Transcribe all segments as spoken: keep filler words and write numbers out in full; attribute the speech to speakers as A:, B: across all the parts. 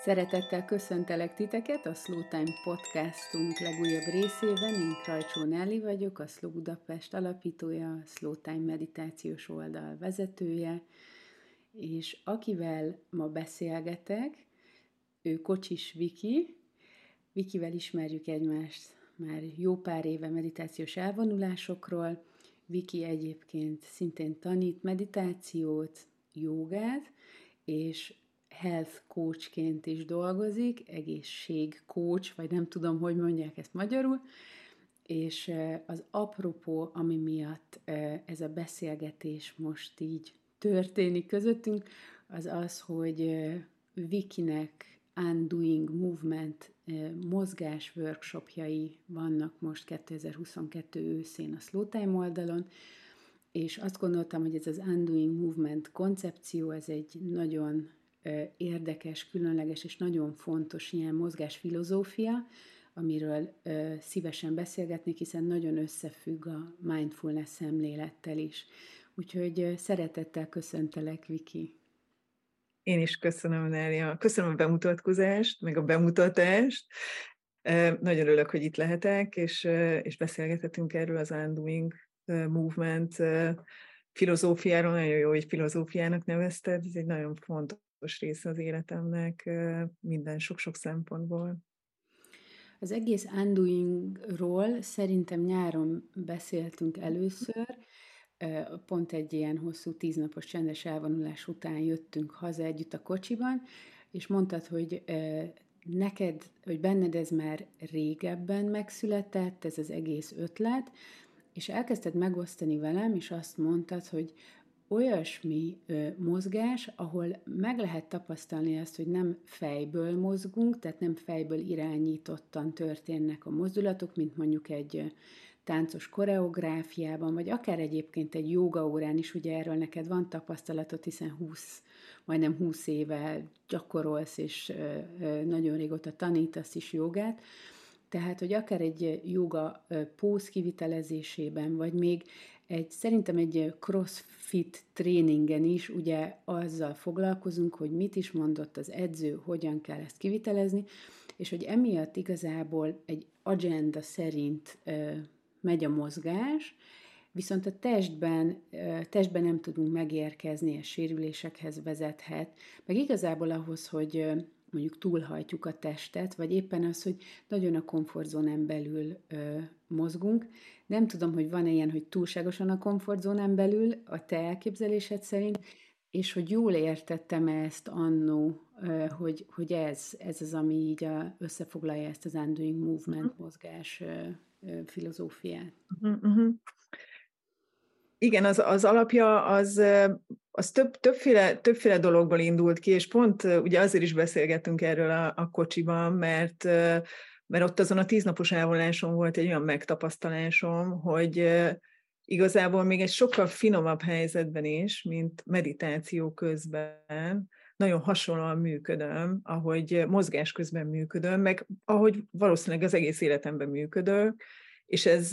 A: Szeretettel köszöntelek titeket a Slow Time podcastunk legújabb részében. Én Krajcsó Nelly vagyok, a Slow Budapest alapítója, a Slow Time meditációs oldal vezetője, és akivel ma beszélgetek, ő Kocsis Viki. Vikivel ismerjük egymást már jó pár éve meditációs elvonulásokról. Viki egyébként szintén tanít meditációt, jogát, és health coachként is dolgozik, egészség coach, vagy nem tudom, hogy mondják ezt magyarul, és az apropó, ami miatt ez a beszélgetés most így történik közöttünk, az az, hogy Vikinek Undoing Movement mozgás workshopjai vannak most kétezer-huszonkettő őszén a Slow Time oldalon, és azt gondoltam, hogy ez az Undoing Movement koncepció, ez egy nagyon érdekes, különleges és nagyon fontos ilyen mozgásfilozófia, amiről ö, szívesen beszélgetnék, hiszen nagyon összefügg a mindfulness szemlélettel is. Úgyhogy ö, szeretettel köszöntelek, Viki.
B: Én is köszönöm, Nália. Köszönöm a bemutatkozást, meg a bemutatást. Nagyon örülök, hogy itt lehetek, és, és beszélgethetünk erről az Undoing Movement filozófiáról. Nagyon jó, hogy filozófiának nevezted. Ez egy nagyon fontos része az életemnek minden sok-sok szempontból.
A: Az egész Undoingról szerintem nyáron beszéltünk először, pont egy ilyen hosszú tíznapos csendes elvonulás után jöttünk haza együtt a kocsiban, és mondtad, hogy neked, hogy benned ez már régebben megszületett, ez az egész ötlet, és elkezdted megosztani velem, és azt mondtad, hogy olyasmi ö, mozgás, ahol meg lehet tapasztalni azt, hogy nem fejből mozgunk, tehát nem fejből irányítottan történnek a mozdulatok, mint mondjuk egy ö, táncos koreográfiában, vagy akár egyébként egy jógaórán is, ugye erről neked van tapasztalatod, hiszen húsz, majdnem húsz éve gyakorolsz, és ö, ö, nagyon régóta tanítasz is jogát, tehát, hogy akár egy jóga póz kivitelezésében, vagy még egy, szerintem egy crossfit tréningen is ugye azzal foglalkozunk, hogy mit is mondott az edző, hogyan kell ezt kivitelezni, és hogy emiatt igazából egy agenda szerint ö, megy a mozgás, viszont a testben, ö, testben nem tudunk megérkezni, és sérülésekhez vezethet, meg igazából ahhoz, hogy ö, mondjuk túlhajtjuk a testet, vagy éppen az, hogy nagyon a komfortzónán belül ö, mozgunk. Nem tudom, hogy van-e ilyen, hogy túlságosan a komfortzónán belül, a te elképzelésed szerint, és hogy jól értettem ezt annó, ö, hogy, hogy ez, ez az, ami így a, összefoglalja ezt az Undoing Movement uh-huh. mozgás ö, ö, filozófiát.
B: Uh-huh, uh-huh. Igen, az, az alapja az, az több, többféle, többféle dologból indult ki, és pont ugye azért is beszélgettünk erről a, a kocsiban, mert, mert ott azon a tíznapos elvonuláson volt egy olyan megtapasztalásom, hogy igazából még egy sokkal finomabb helyzetben is, mint meditáció közben, nagyon hasonlóan működöm, ahogy mozgás közben működöm, meg ahogy valószínűleg az egész életemben működök, és ez...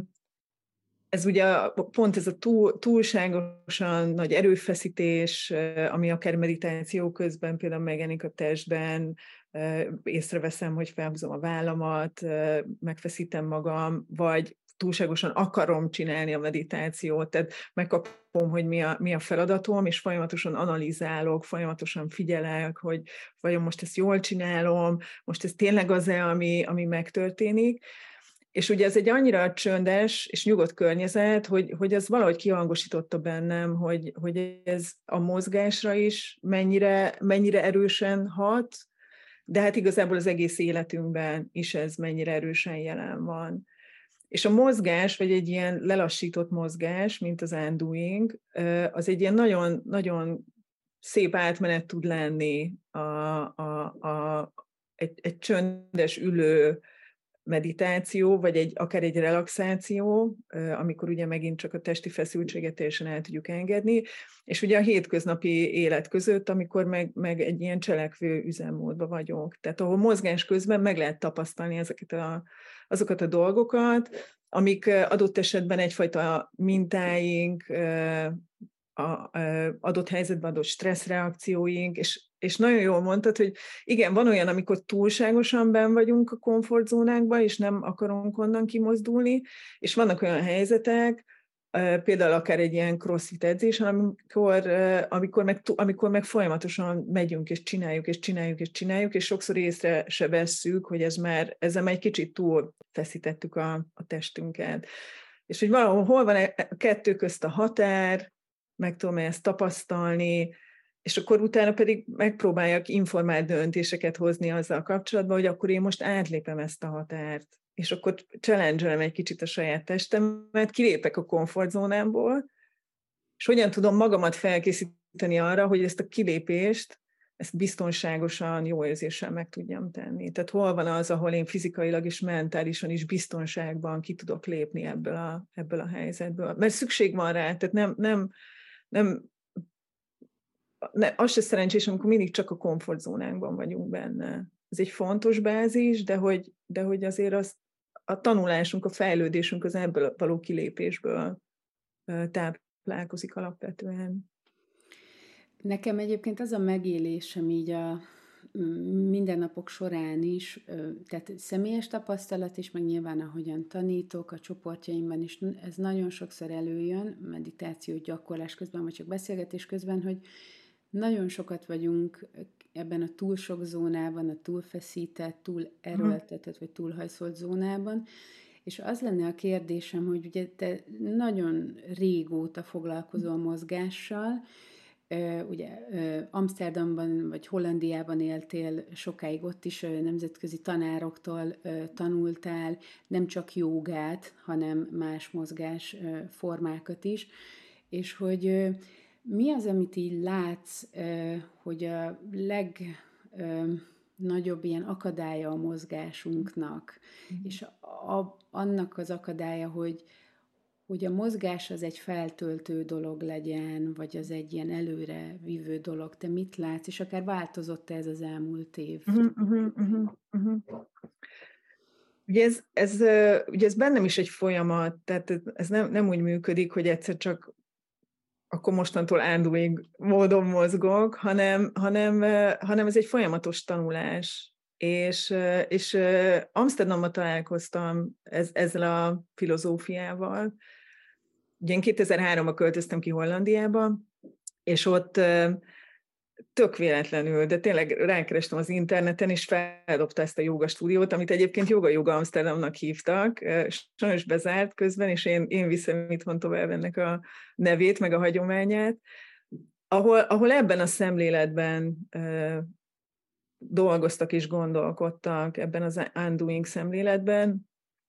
B: Ez ugye pont ez a túl, túlságosan nagy erőfeszítés, ami akár meditáció közben például megjelenik a testben, észreveszem, hogy felhúzom a vállamat, megfeszítem magam, vagy túlságosan akarom csinálni a meditációt, tehát megkapom, hogy mi a, mi a feladatom, és folyamatosan analizálok, folyamatosan figyelek, hogy vajon most ezt jól csinálom, most ez tényleg az-e, ami, ami megtörténik. És ugye ez egy annyira csöndes és nyugodt környezet, hogy, hogy ez valahogy kihangosította bennem, hogy, hogy ez a mozgásra is mennyire, mennyire erősen hat, de hát igazából az egész életünkben is ez mennyire erősen jelen van. És a mozgás, vagy egy ilyen lelassított mozgás, mint az undoing, az egy ilyen nagyon, nagyon szép átmenet tud lenni a, a, a, egy, egy csöndes ülő meditáció, vagy egy, akár egy relaxáció, amikor ugye megint csak a testi feszültséget teljesen el tudjuk engedni, és ugye a hétköznapi élet között, amikor meg, meg egy ilyen cselekvő üzemmódban vagyunk. Tehát ahol mozgás közben meg lehet tapasztalni ezeket a, azokat a dolgokat, amik adott esetben egyfajta mintáink, a adott helyzetben adott stresszreakcióink, és, és nagyon jól mondtad, hogy igen, van olyan, amikor túlságosan benn vagyunk a komfortzónánkban, és nem akarunk onnan kimozdulni, és vannak olyan helyzetek, például akár egy ilyen crossfit edzés, amikor, amikor, meg, amikor meg folyamatosan megyünk, és csináljuk, és csináljuk, és csináljuk, és sokszor észre se vesszük, hogy ez már, ezzel már egy kicsit túl feszítettük a, a testünket. És hogy valahol hol van a kettő közt a határ, meg tudom ezt tapasztalni, és akkor utána pedig megpróbáljak informált döntéseket hozni azzal kapcsolatban, hogy akkor én most átlépem ezt a határt, és akkor challenge-elem egy kicsit a saját testemet, kilépek a komfortzónámból, és hogyan tudom magamat felkészíteni arra, hogy ezt a kilépést, ezt biztonságosan, jó érzéssel meg tudjam tenni. Tehát hol van az, ahol én fizikailag és mentálisan is biztonságban ki tudok lépni ebből a, ebből a helyzetből. Mert szükség van rá, tehát nem, nem, nem ne, az se szerencsés, amikor mindig csak a komfortzónánkban vagyunk benne. Ez egy fontos bázis, de hogy, de hogy azért az, a tanulásunk, a fejlődésünk az ebből való kilépésből táplálkozik alapvetően.
A: Nekem egyébként az a megélésem így a mindennapok során is, tehát személyes tapasztalat is, meg nyilván ahogyan tanítok a csoportjaimban is, ez nagyon sokszor előjön, meditáció gyakorlás közben, vagy csak beszélgetés közben, hogy nagyon sokat vagyunk ebben a túl sok zónában, a túlfeszített, túl erőltetett, vagy túlhajszolt zónában, és az lenne a kérdésem, hogy ugye te nagyon régóta foglalkozol mozgással, ugye Amsterdamban vagy Hollandiában éltél, sokáig ott is nemzetközi tanároktól tanultál, nem csak jógát, hanem más mozgás formákat is, és hogy mi az, amit így látsz, hogy a legnagyobb ilyen akadálya a mozgásunknak, mm. és a, annak az akadálya, hogy hogy a mozgás az egy feltöltő dolog legyen, vagy az egy ilyen előre vívő dolog. Te mit látsz, és akár változott ez az elmúlt év?
B: Uh-huh, uh-huh, uh-huh. Ugye, ez, ez, ugye ez bennem is egy folyamat, tehát ez nem, nem úgy működik, hogy egyszer csak akkor mostantól undoing módon mozgok, hanem, hanem, hanem ez egy folyamatos tanulás. És, és Amsterdamban találkoztam ez, ezzel a filozófiával. Ugye én kétezer-háromban költöztem ki Hollandiába, és ott tök véletlenül, de tényleg rákerestem az interneten, és feldobta ezt a jóga stúdiót, amit egyébként Yoga Yoga Amsterdamnak hívtak, sajnos bezárt közben, és én, én viszem itthon tovább ennek a nevét, meg a hagyományát, ahol, ahol ebben a szemléletben dolgoztak és gondolkodtak, ebben az undoing szemléletben,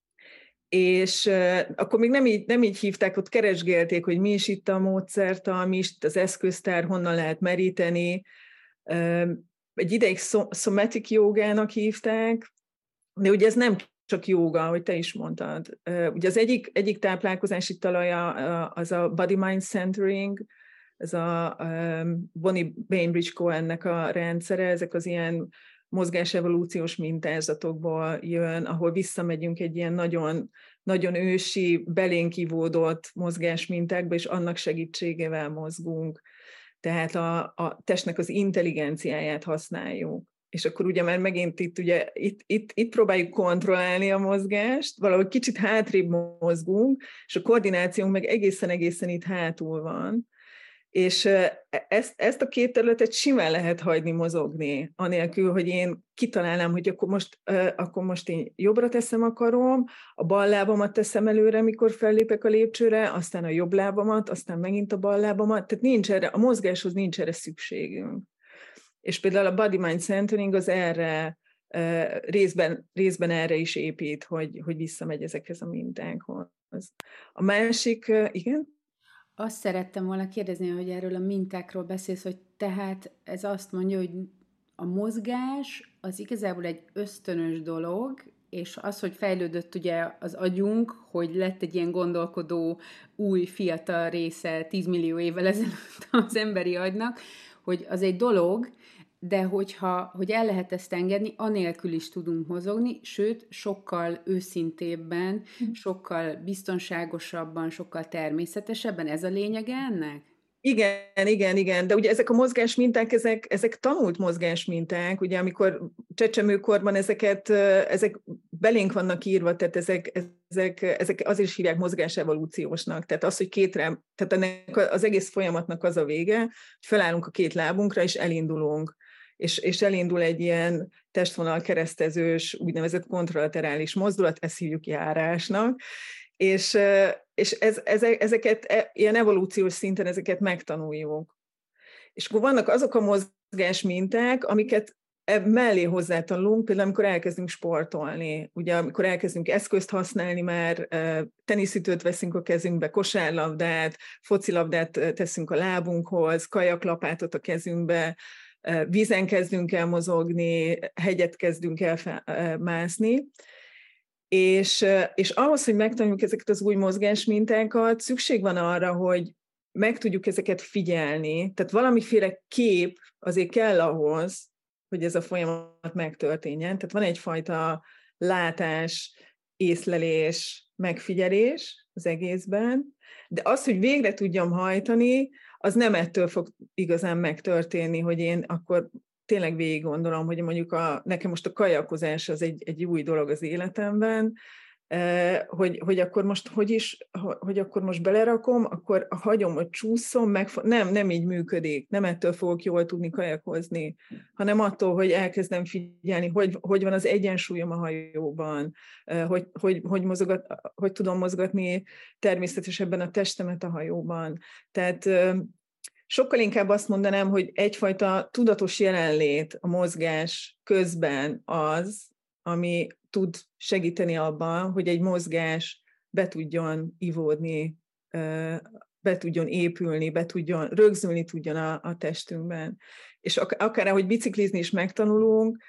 B: és uh, akkor még nem így, nem így hívták, ott keresgélték, hogy mi is itt a módszertan, mi is itt az eszköztár, honnan lehet meríteni. Uh, egy ideig somatic jogának hívták, de ugye ez nem csak jóga, ahogy te is mondtad. Uh, ugye az egyik, egyik táplálkozási talaja uh, az a body-mind centering, ez a um, Bonnie Bainbridge Cohennek a rendszere, ezek az ilyen mozgásevolúciós mintázatokból jön, ahol visszamegyünk egy ilyen nagyon, nagyon ősi, belénk ivódott mozgásmintákba, és annak segítségével mozgunk. Tehát a, a testnek az intelligenciáját használjuk. És akkor ugye már megint itt, ugye, itt, itt, itt próbáljuk kontrollálni a mozgást, valahogy kicsit hátrébb mozgunk, és a koordinációnk meg egészen-egészen itt hátul van. És ezt, ezt a két területet simán lehet hagyni mozogni, anélkül, hogy én kitalálnám, hogy akkor most, akkor most én jobbra teszem a karom, a bal lábamat teszem előre, mikor fellépek a lépcsőre, aztán a jobb lábamat, aztán megint a bal lábamat, tehát nincs erre, a mozgáshoz nincs erre szükségünk. És például a body-mind centering az erre, részben, részben erre is épít, hogy, hogy visszamegy ezekhez a mintákhoz. A másik, igen?
A: Azt szerettem volna kérdezni, hogy erről a mintákról beszélsz, hogy tehát ez azt mondja, hogy a mozgás az igazából egy ösztönös dolog, és az, hogy fejlődött ugye az agyunk, hogy lett egy ilyen gondolkodó, új, fiatal része tíz millió évvel ezelőtt az emberi agynak, hogy az egy dolog, de hogyha, hogy el lehet ezt engedni, anélkül is tudunk mozogni, sőt, sokkal őszintébben, mm. sokkal biztonságosabban, sokkal természetesebben. Ez a lényege ennek?
B: Igen, igen, igen, de ugye ezek a mozgásminták, ezek, ezek tanult mozgásminták, ugye amikor csecsemőkorban ezeket, ezek belénk vannak írva, tehát ezek, ezek, ezek azért is hívják mozgásevolúciósnak, tehát az, hogy kétre, tehát ennek az egész folyamatnak az a vége, hogy felállunk a két lábunkra, és elindulunk, és, és elindul egy ilyen testvonal keresztezős, úgynevezett kontralaterális mozdulat, ezt hívjuk járásnak, és, és ez, ezeket ilyen evolúciós szinten ezeket megtanuljuk. És akkor vannak azok a mozgásminták, amiket mellé hozzátanulunk, például amikor elkezdünk sportolni, ugye amikor elkezdünk eszközt használni, már teniszütőt veszünk a kezünkbe, kosárlabdát, focilabdát teszünk a lábunkhoz, kajaklapátot a kezünkbe, vízen kezdünk el mozogni, hegyet kezdünk el mászni, És, és ahhoz, hogy megtanuljuk ezeket az új mozgásmintákat, szükség van arra, hogy meg tudjuk ezeket figyelni. Tehát valamiféle kép azért kell ahhoz, hogy ez a folyamat megtörténjen. Tehát van egyfajta látás, észlelés, megfigyelés az egészben, de az, hogy végre tudjam hajtani, az nem ettől fog igazán megtörténni, hogy én akkor tényleg végig gondolom, hogy mondjuk a, nekem most a kajakozás az egy, egy új dolog az életemben, hogy, hogy akkor most hogy is, hogy akkor most belerakom, akkor hagyom, hogy csúszom, meg, nem, nem így működik, nem ettől fogok jól tudni kajakozni, hanem attól, hogy elkezdem figyelni, hogy, hogy van az egyensúlyom a hajóban, hogy, hogy, hogy, mozogat, hogy tudom mozgatni természetesebben a testemet a hajóban. Tehát sokkal inkább azt mondanám, hogy egyfajta tudatos jelenlét a mozgás közben az, ami tud segíteni abban, hogy egy mozgás be tudjon ivódni, be tudjon épülni, be tudjon, rögzülni tudjon a, a testünkben. És akár ahogy biciklizni is megtanulunk,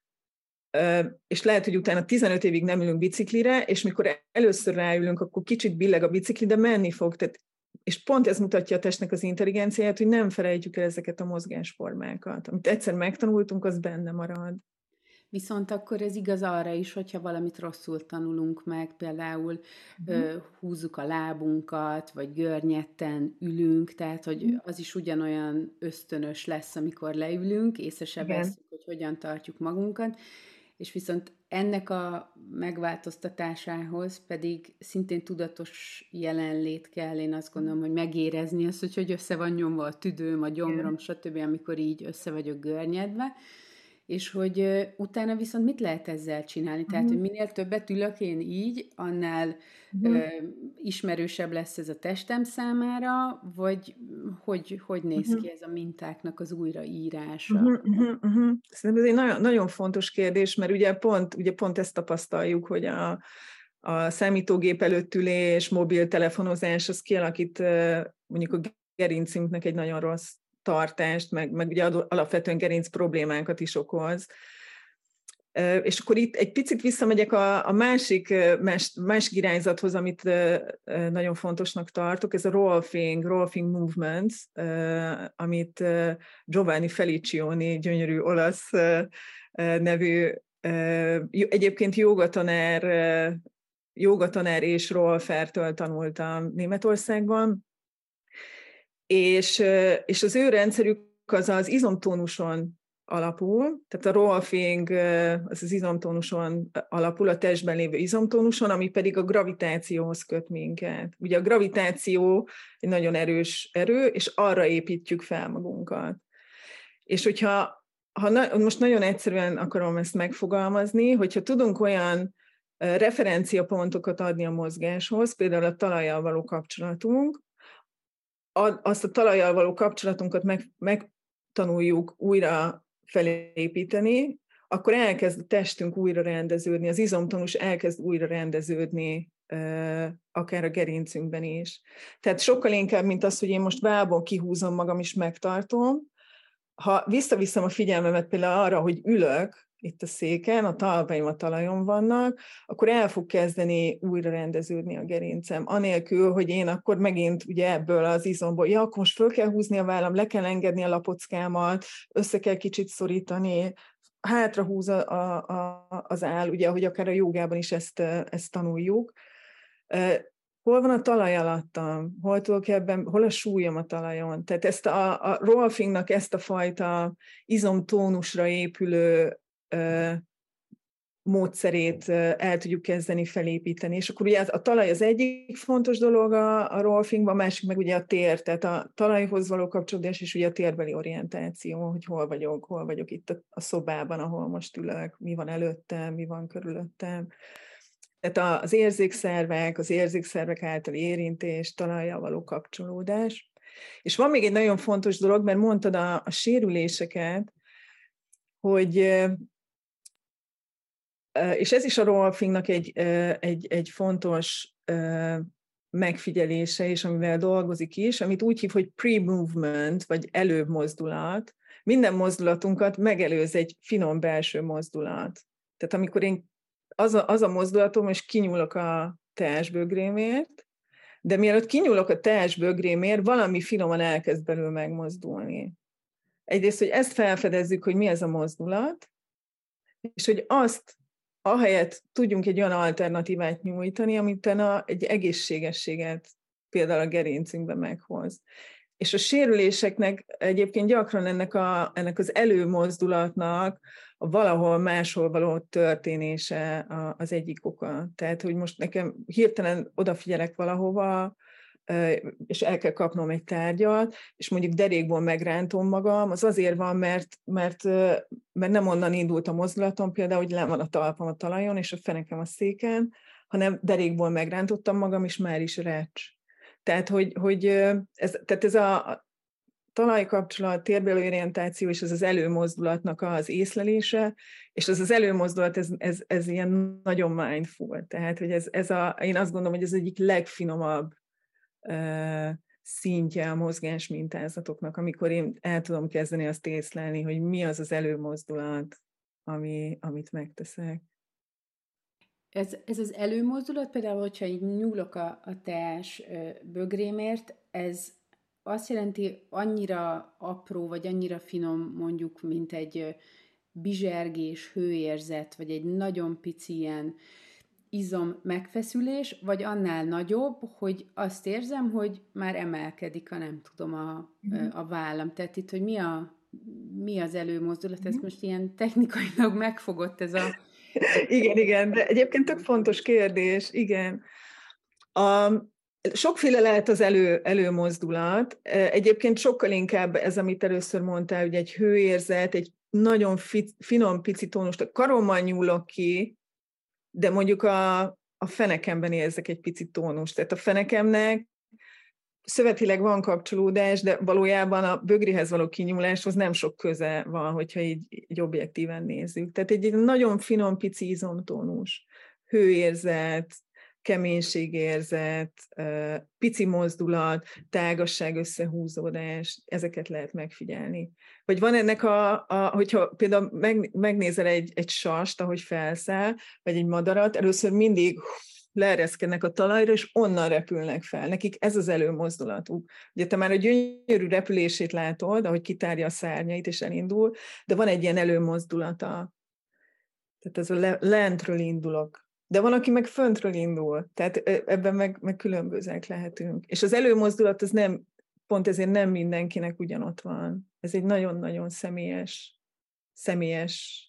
B: és lehet, hogy utána tizenöt évig nem ülünk biciklire, és mikor először ráülünk, akkor kicsit billeg a bicikli, de menni fog. Tehát és pont ez mutatja a testnek az intelligenciáját, hogy nem felejtjük el ezeket a mozgásformákat. Amit egyszer megtanultunk, az benne marad.
A: Viszont akkor ez igaz arra is, hogyha valamit rosszul tanulunk meg, például uh-huh. ö, húzzuk a lábunkat, vagy görnyetten ülünk, tehát hogy uh-huh. az is ugyanolyan ösztönös lesz, amikor leülünk, észre se vesszük, hogy hogyan tartjuk magunkat, és viszont ennek a megváltoztatásához pedig szintén tudatos jelenlét kell, én azt gondolom, hogy megérezni azt, hogy, hogy össze van nyomva a tüdőm, a gyomrom, stb., amikor így össze vagyok görnyedve, és hogy uh, utána viszont mit lehet ezzel csinálni? Uh-huh. Tehát, hogy minél többet ülök én így, annál uh-huh. uh, ismerősebb lesz ez a testem számára, vagy hogy, hogy néz uh-huh. ki ez a mintáknak az újraírása?
B: Uh-huh, uh-huh, uh-huh. Szerintem ez egy nagyon, nagyon fontos kérdés, mert ugye pont, ugye pont ezt tapasztaljuk, hogy a, a számítógép előtt ülés, mobiltelefonozás, az kialakít mondjuk a gerincünknek egy nagyon rossz tartást, meg, meg ugye alapvetően gerinc problémákat is okoz. És akkor itt egy picit visszamegyek a, a másik, más, másik irányzathoz, amit nagyon fontosnak tartok, ez a rolfing, rolfing movements, amit Giovanni Felicioni, gyönyörű olasz nevű, egyébként jogatanár, jogatanár és rolfertől tanultam Németországban, és, és az ő rendszerük az az izomtónuson alapul, tehát a rolfing az az izomtónuson alapul, a testben lévő izomtónuson, ami pedig a gravitációhoz köt minket. Ugye a gravitáció egy nagyon erős erő, és arra építjük fel magunkat. És hogyha ha na, most nagyon egyszerűen akarom ezt megfogalmazni, hogyha tudunk olyan referenciapontokat adni a mozgáshoz, például a talajjal való kapcsolatunk, azt a talajjal való kapcsolatunkat meg, megtanuljuk újra felépíteni, akkor elkezd a testünk újra rendeződni, az izomtónus elkezd újra rendeződni, akár a gerincünkben is. Tehát sokkal inkább, mint az, hogy én most vállból kihúzom magam és megtartom, ha visszaviszem a figyelmemet például arra, hogy ülök itt a széken, a talpaim a talajon vannak, akkor el fog kezdeni újra rendeződni a gerincem. Anélkül, hogy én akkor megint ugye ebből az izomból, ja, akkor most föl kell húzni a vállam, le kell engedni a lapockámat, össze kell kicsit szorítani, hátra húz a, a, az áll, ugye, ahogy akár a jogában is ezt, ezt tanuljuk. hol van a talaj alattam, hol tudok ebben, hol a súlyom a talajon. Tehát ezt a, a rolfingnak ezt a fajta izomtónusra épülő ö, módszerét el tudjuk kezdeni felépíteni. És akkor ugye a talaj az egyik fontos dolog a, a rolfingban, a másik meg ugye a tér, tehát a talajhoz való kapcsolódás, és ugye a térbeli orientáció, hogy hol vagyok, hol vagyok itt a, a szobában, ahol most ülök, mi van előttem, mi van körülöttem. Tehát az érzékszervek, az érzékszervek általi érintés, talajjal való kapcsolódás. És van még egy nagyon fontos dolog, mert mondtad a, a sérüléseket, hogy és ez is a rolfingnak egy, egy, egy fontos megfigyelése, és amivel dolgozik is, amit úgy hív, hogy pre-movement, vagy előbb mozdulat. Minden mozdulatunkat megelőz egy finom belső mozdulat. Tehát amikor én az a, az a mozdulatom, és kinyúlok a teásbögrémért, de mielőtt kinyúlok a teásbögrémért, valami finoman elkezd belül megmozdulni. Egyrészt, hogy ezt felfedezzük, hogy mi ez a mozdulat, és hogy azt ahelyett tudjunk egy olyan alternatívát nyújtani, amit a, egy egészségességet például a gerincünkbe meghoz. És a sérüléseknek egyébként gyakran ennek, a, ennek az előmozdulatnak a valahol máshol való történése az egyik oka. Tehát, hogy most nekem hirtelen odafigyelek valahova, és el kell kapnom egy tárgyat, és mondjuk derékból megrántom magam, az azért van, mert, mert, mert nem onnan indult a mozdulatom, például, hogy le van a talpam a talajon, és a fenekem a széken, hanem derékból megrántottam magam, és már is recs. Tehát, hogy, hogy ez, tehát ez a talajkapcsolat, térbeli orientáció, és ez az előmozdulatnak az észlelése, és ez az előmozdulat, ez, ez, ez ilyen nagyon mindful. Tehát, hogy ez, ez a, én azt gondolom, hogy ez egyik legfinomabb szintje a mozgás mintázatoknak, amikor én el tudom kezdeni azt észlelni, hogy mi az az előmozdulat, ami, amit megteszek.
A: Ez, ez az előmozdulat, például, hogyha így nyúlok a, a teás bögrémért, ez azt jelenti, annyira apró, vagy annyira finom, mondjuk, mint egy bizsergés, hőérzet, vagy egy nagyon pici ilyen izom megfeszülés, vagy annál nagyobb, hogy azt érzem, hogy már emelkedik a, nem tudom, a, a vállam. Tehát itt, hogy mi, a, mi az előmozdulat, ez most ilyen technikailag megfogott ez a...
B: Igen, igen, de egyébként tök fontos kérdés, igen. A, sokféle lehet az elő, előmozdulat. Egyébként sokkal inkább ez, amit először mondtál, hogy egy hőérzet, egy nagyon fi, finom, pici tónust, a karommal nyúlok ki, de mondjuk a, a fenekemben érzek egy pici tónust. Tehát a fenekemnek szövetileg van kapcsolódás, de valójában a bögrihez való kinyúláshoz nem sok köze van, hogyha így, így objektíven nézzük. Tehát egy, egy nagyon finom, pici izomtónus, hőérzet, keménységérzet, pici mozdulat, tágasság, összehúzódás, ezeket lehet megfigyelni. Vagy van ennek a, a hogyha például megnézel egy, egy sast, ahogy felszáll, vagy egy madarat, először mindig leereszkednek a talajra, és onnan repülnek fel. Nekik ez az előmozdulatuk. Ugye te már a gyönyörű repülését látod, ahogy kitárja a szárnyait, és elindul, de van egy ilyen előmozdulata. Tehát ez a le, lentről indulok. De van, aki meg föntről indul. Tehát ebben meg, meg különbözőek lehetünk. És az előmozdulat az nem, pont ezért nem mindenkinek ugyanott van. Ez egy nagyon-nagyon személyes, személyes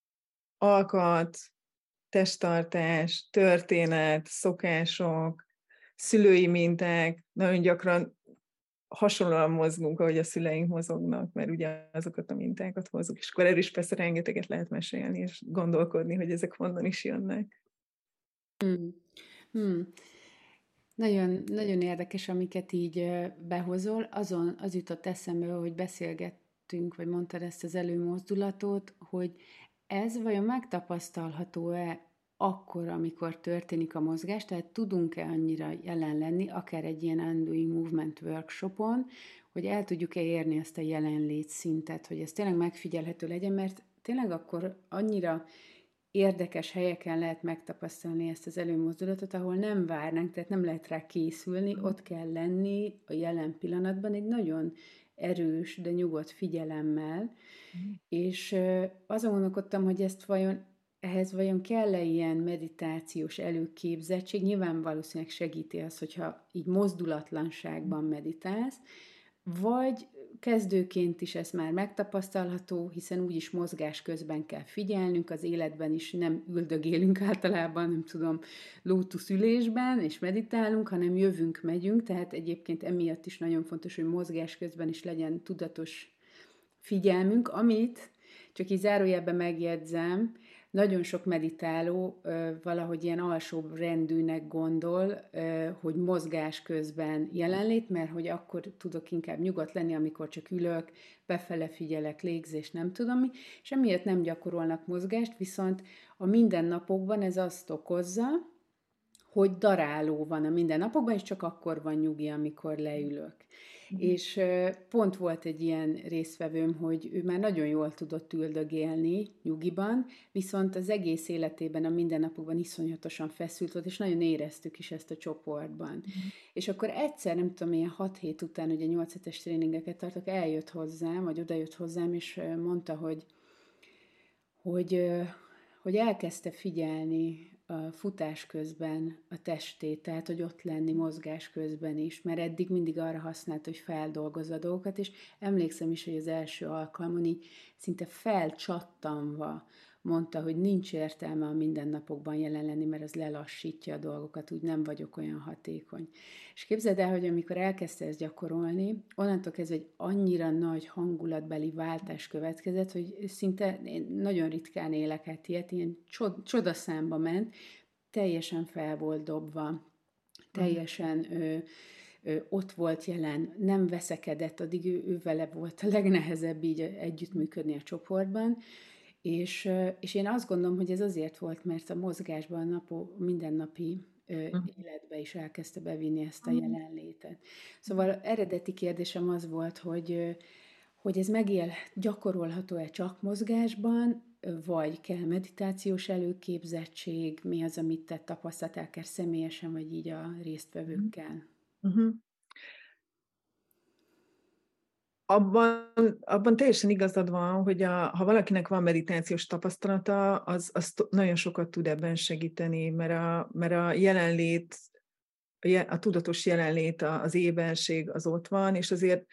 B: alkat, testtartás, történet, szokások, szülői minták, nagyon gyakran hasonlóan mozgunk, ahogy a szüleink mozognak, mert ugye azokat a mintákat hozzuk, és akkor erről is persze rengeteget lehet mesélni, és gondolkodni, hogy ezek honnan is jönnek.
A: Hmm. Hmm. Nagyon, nagyon érdekes, amiket így behozol. Azon az jutott eszembe, hogy beszélgettünk, vagy mondtad ezt az előmozdulatot, hogy ez vajon megtapasztalható-e akkor, amikor történik a mozgás, tehát tudunk-e annyira jelen lenni, akár egy ilyen Undoing Movement workshopon, hogy el tudjuk-e érni ezt a jelenlét szintet, hogy ez tényleg megfigyelhető legyen, mert tényleg akkor annyira érdekes helyeken lehet megtapasztalni ezt az előmozdulatot, ahol nem várnánk, tehát nem lehet rá készülni, ott kell lenni a jelen pillanatban egy nagyon erős, de nyugodt figyelemmel, és azon gondolkodtam, hogy ezt vajon ehhez vajon kell-e ilyen meditációs előképzettség? Nyilván valószínűleg segíti az, hogyha így mozdulatlanságban meditálsz, vagy kezdőként is ez már megtapasztalható, hiszen úgyis mozgás közben kell figyelnünk, az életben is nem üldögélünk általában, nem tudom, lótuszülésben, és meditálunk, hanem jövünk, megyünk, tehát egyébként emiatt is nagyon fontos, hogy mozgás közben is legyen tudatos figyelmünk, amit, csak így zárójelben megjegyzem, nagyon sok meditáló ö, valahogy ilyen alsóbb rendűnek gondol, ö, hogy mozgás közben jelenlét, mert hogy akkor tudok inkább nyugodt lenni, amikor csak ülök, befele figyelek, légzés, nem tudom mi, és emiatt nem gyakorolnak mozgást, viszont a mindennapokban ez azt okozza, hogy daráló van a mindennapokban, és csak akkor van nyugi, amikor leülök. Mm. És pont volt egy ilyen résztvevőm, hogy ő már nagyon jól tudott üldögélni nyugiban, viszont az egész életében, a mindennapokban iszonyatosan feszült volt, és nagyon éreztük is ezt a csoportban. Mm. És akkor egyszer, nem tudom, ilyen hat hét után, ugye nyolc hetes tréningeket tartok, eljött hozzám, vagy odajött hozzám, és mondta, hogy, hogy, hogy elkezdte figyelni a futás közben a testét, tehát, hogy ott lenni mozgás közben is, mert eddig mindig arra használt, hogy feldolgozza a dolgokat, és emlékszem is, hogy az első alkalmon így szinte felcsattanva mondta, hogy nincs értelme a mindennapokban jelen lenni, mert az lelassítja a dolgokat, úgy nem vagyok olyan hatékony. És képzeld el, hogy amikor elkezdte ezt gyakorolni, onnantól kezdve egy annyira nagy hangulatbeli váltás következett, hogy szinte én nagyon ritkán élek át ilyet, ilyen csod, csodaszámba ment, teljesen fel volt dobva, teljesen ö, ö, ott volt jelen, nem veszekedett, addig ő, ő vele volt a legnehezebb így együttműködni a csoportban, És, és én azt gondolom, hogy ez azért volt, mert a mozgásban a napó, mindennapi ö, életbe is elkezdte bevinni ezt a jelenlétet. Szóval eredeti kérdésem az volt, hogy, hogy ez megél, gyakorolható-e csak mozgásban, vagy kell meditációs előképzettség, mi az, amit te tapasztaltál, akár személyesen, vagy így a résztvevőkkel?
B: Uh-huh. Abban, abban teljesen igazad van, hogy a, ha valakinek van meditációs tapasztalata, az, az nagyon sokat tud ebben segíteni, mert a, mert a jelenlét, a tudatos jelenlét, az ébenség az ott van, és azért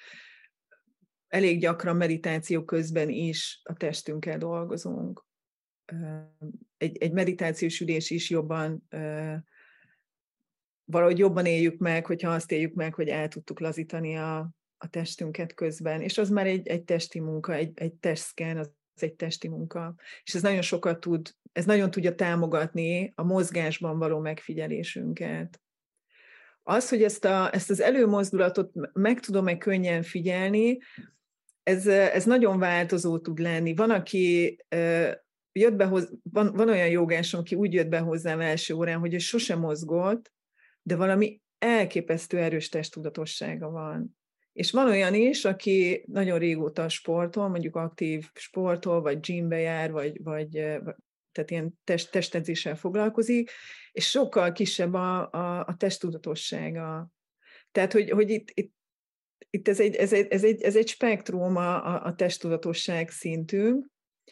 B: elég gyakran meditáció közben is a testünkkel dolgozunk. Egy, egy meditációs ülés is jobban, valahogy jobban éljük meg, hogyha azt éljük meg, hogy el tudtuk lazítani a a testünket közben, és az már egy, egy testi munka, egy, egy testszken, az egy testi munka, és ez nagyon sokat tud, ez nagyon tudja támogatni a mozgásban való megfigyelésünket. Az, hogy ezt, a, ezt az előmozdulatot meg tudom-e könnyen figyelni, ez, ez nagyon változó tud lenni. Van, aki jött be hoz, van, van olyan jogásom, aki úgy jött be hozzám első órán, hogy ő sosem mozgott, de valami elképesztő erős testtudatossága van. És van olyan is, aki nagyon régóta sportol, mondjuk aktív sportol, vagy gymbe jár, vagy, vagy tehát ilyen test, testedzéssel foglalkozik, és sokkal kisebb a, a, a testtudatossága. Tehát, hogy, hogy itt, itt, itt ez, egy, ez, egy, ez, egy, ez egy spektrum a, a testtudatosság szintünk.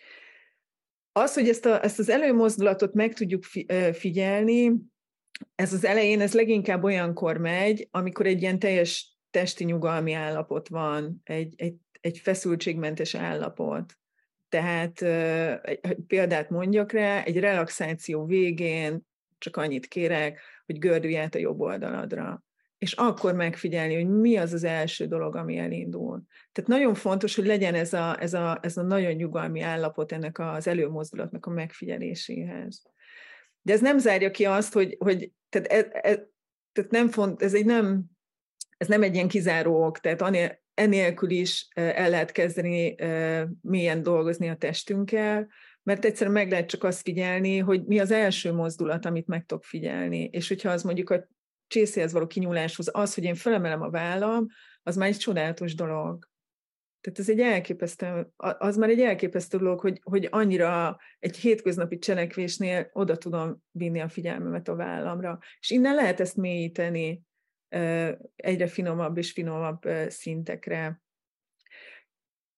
B: Az, hogy ezt, a, ezt az előmozdulatot meg tudjuk figyelni, ez az elején, ez leginkább olyankor megy, amikor egy ilyen teljes testi nyugalmi állapot van, egy, egy, egy feszültségmentes állapot. Tehát egy példát mondjak rá, egy relaxáció végén csak annyit kérek, hogy gördülj át a jobb oldaladra. És akkor megfigyelni, hogy mi az az első dolog, ami elindul. Tehát nagyon fontos, hogy legyen ez a, ez a, ez a nagyon nyugalmi állapot ennek az előmozdulatnak a megfigyeléséhez. De ez nem zárja ki azt, hogy, hogy tehát ez, ez, tehát nem font, ez egy nem Ez nem egy ilyen kizáró ok, tehát enélkül is el lehet kezdeni mélyen dolgozni a testünkkel, mert egyszerűen meg lehet csak azt figyelni, hogy mi az első mozdulat, amit meg tudok figyelni. És hogyha az mondjuk a csészéhez való kinyúláshoz az, hogy én felemelem a vállam, az már egy csodálatos dolog. Tehát ez egy elképesztő, az már egy elképesztő dolog, hogy, hogy annyira egy hétköznapi cselekvésnél oda tudom vinni a figyelmemet a vállamra. És innen lehet ezt mélyíteni egyre finomabb és finomabb szintekre.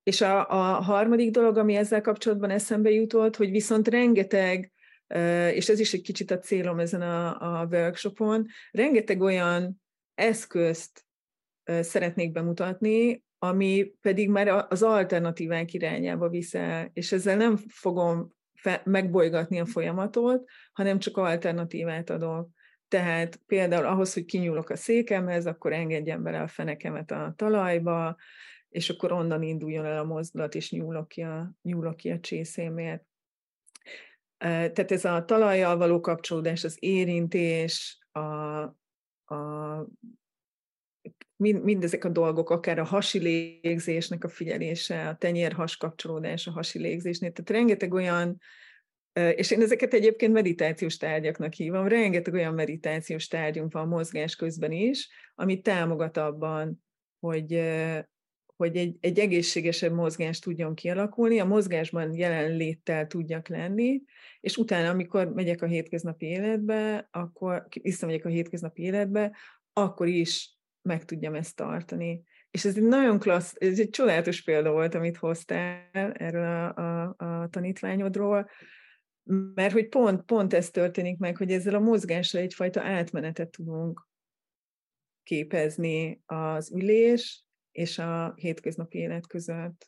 B: És a, a harmadik dolog, ami ezzel kapcsolatban eszembe jutott, hogy viszont rengeteg, és ez is egy kicsit a célom ezen a, a workshopon, rengeteg olyan eszközt szeretnék bemutatni, ami pedig már az alternatívák irányába viszel, és ezzel nem fogom fe- megbolygatni a folyamatot, hanem csak alternatívát adok. Tehát például ahhoz, hogy kinyúlok a székemhez, akkor engedjem bele a fenekemet a talajba, és akkor onnan induljon el a mozdulat, és nyúlok ki a, nyúlok ki a csészémért. Tehát ez a talajjal való kapcsolódás, az érintés, a, a Mind, mindezek a dolgok, akár a hasi légzésnek a figyelése, a tenyér-has kapcsolódás a hasi légzésnél, tehát rengeteg olyan, és én ezeket egyébként meditációs tárgyaknak hívom, rengeteg olyan meditációs tárgyunk van mozgás közben is, ami támogat abban, hogy, hogy egy, egy egészségesebb mozgás tudjon kialakulni, a mozgásban jelenléttel tudjak lenni, és utána, amikor megyek a hétköznapi életbe, akkor visszamegyek a hétköznapi életbe, akkor is meg tudjam ezt tartani. És ez egy nagyon klassz, ez egy csodálatos példa volt, amit hoztál erről a, a, a tanítványodról, mert hogy pont, pont ez történik meg, hogy ezzel a mozgással egyfajta átmenetet tudunk képezni az ülés és a hétköznapi élet között.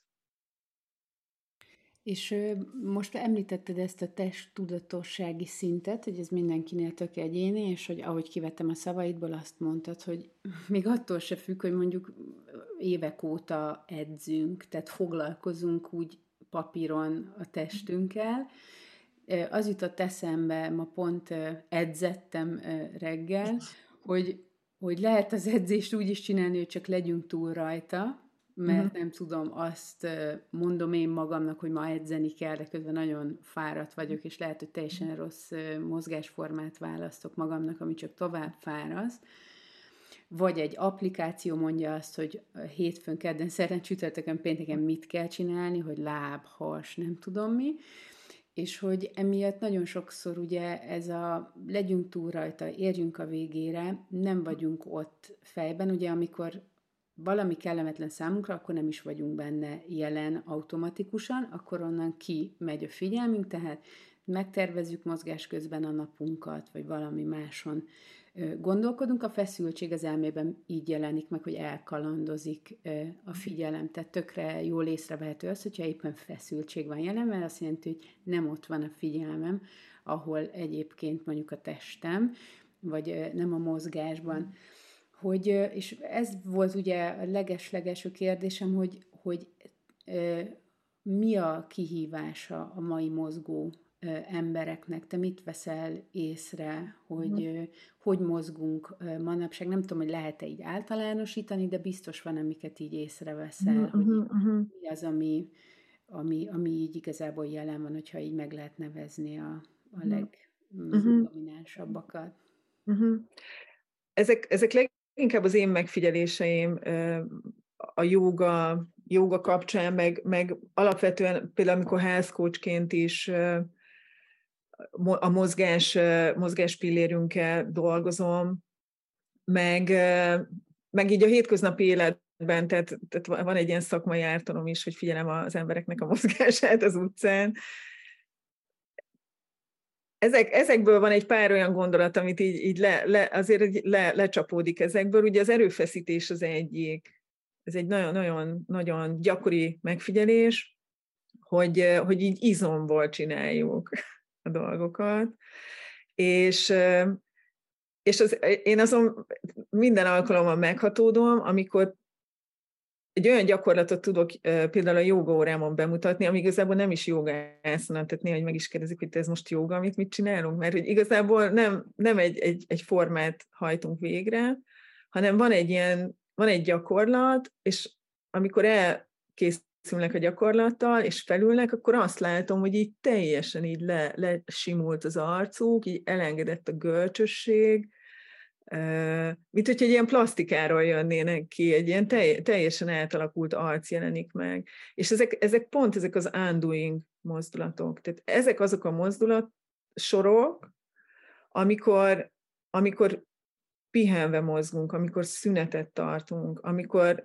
A: És most említetted ezt a testtudatossági szintet, hogy ez mindenkinél tök egyéni, és hogy ahogy kivettem a szavaidból, azt mondtad, hogy még attól se függ, hogy mondjuk évek óta edzünk, tehát foglalkozunk úgy papíron a testünkkel. Az jutott eszembe, ma pont edzettem reggel, hogy, hogy lehet az edzést úgy is csinálni, hogy csak legyünk túl rajta, mert uh-huh. nem tudom, azt mondom én magamnak, hogy ma edzeni kell, de közben nagyon fáradt vagyok, és lehet, hogy teljesen rossz mozgásformát választok magamnak, ami csak tovább fáraszt. Vagy egy applikáció mondja azt, hogy hétfőn, kedden, szerdán, csütörtökön, pénteken mit kell csinálni, hogy láb, has, nem tudom mi, és hogy emiatt nagyon sokszor ugye ez a legyünk túl rajta, érjünk a végére, nem vagyunk ott fejben, ugye amikor valami kellemetlen számunkra, akkor nem is vagyunk benne jelen automatikusan, akkor onnan ki megy a figyelmünk, tehát megtervezzük mozgás közben a napunkat, vagy valami máson gondolkodunk, a feszültség az elmében így jelenik meg, hogy elkalandozik a figyelem, tehát tökre jól észrevehető az, hogyha éppen feszültség van jelen, mert azt jelenti, hogy nem ott van a figyelmem, ahol egyébként mondjuk a testem, vagy nem a mozgásban. Hogy, és ez volt ugye a leges-legelső kérdésem, hogy, hogy mi a kihívása a mai mozgó embereknek? Te mit veszel észre, hogy uh-huh. hogy mozgunk manapság? Nem tudom, hogy lehet-e így általánosítani, de biztos van, amiket így észreveszel, uh-huh. hogy uh-huh. mi az, ami, ami, ami így igazából jelen van, hogyha így meg lehet nevezni a, a legdominánsabbakat.
B: Uh-huh. Ezek, ezek leginkább az én megfigyeléseim a jóga, jóga kapcsán, meg, meg alapvetően például amikor health coachként is a mozgás, mozgás pillérünkkel dolgozom, meg, meg így a hétköznapi életben, tehát, tehát van egy ilyen szakmai ártalom is, hogy figyelem az embereknek a mozgását az utcán. Ezek, ezekből van egy pár olyan gondolat, amit így, így le, le, azért le, lecsapódik ezekből. Ugye az erőfeszítés az egyik. Ez egy nagyon-nagyon nagyon gyakori megfigyelés, hogy, hogy így izomból csináljuk a dolgokat. És, és az, én azon minden alkalommal meghatódom, amikor egy olyan gyakorlatot tudok például a jóga órámon bemutatni, ami igazából nem is jogászana, tehát néha meg is kérdezik, hogy ez most jóga, amit mit csinálunk, mert hogy igazából nem, nem egy, egy, egy formát hajtunk végre, hanem van egy ilyen, van egy gyakorlat, és amikor elkészülnek a gyakorlattal, és felülnek, akkor azt látom, hogy így teljesen így le, lesimult az arcuk, így elengedett a görcsösség, Uh, mint hogy egy ilyen plastikáról jönnének ki, egy ilyen telj, teljesen átalakult arc jelenik meg. És ezek, ezek pont ezek az undoing mozdulatok. Tehát ezek azok a mozdulat sorok, amikor, amikor pihenve mozgunk, amikor szünetet tartunk, amikor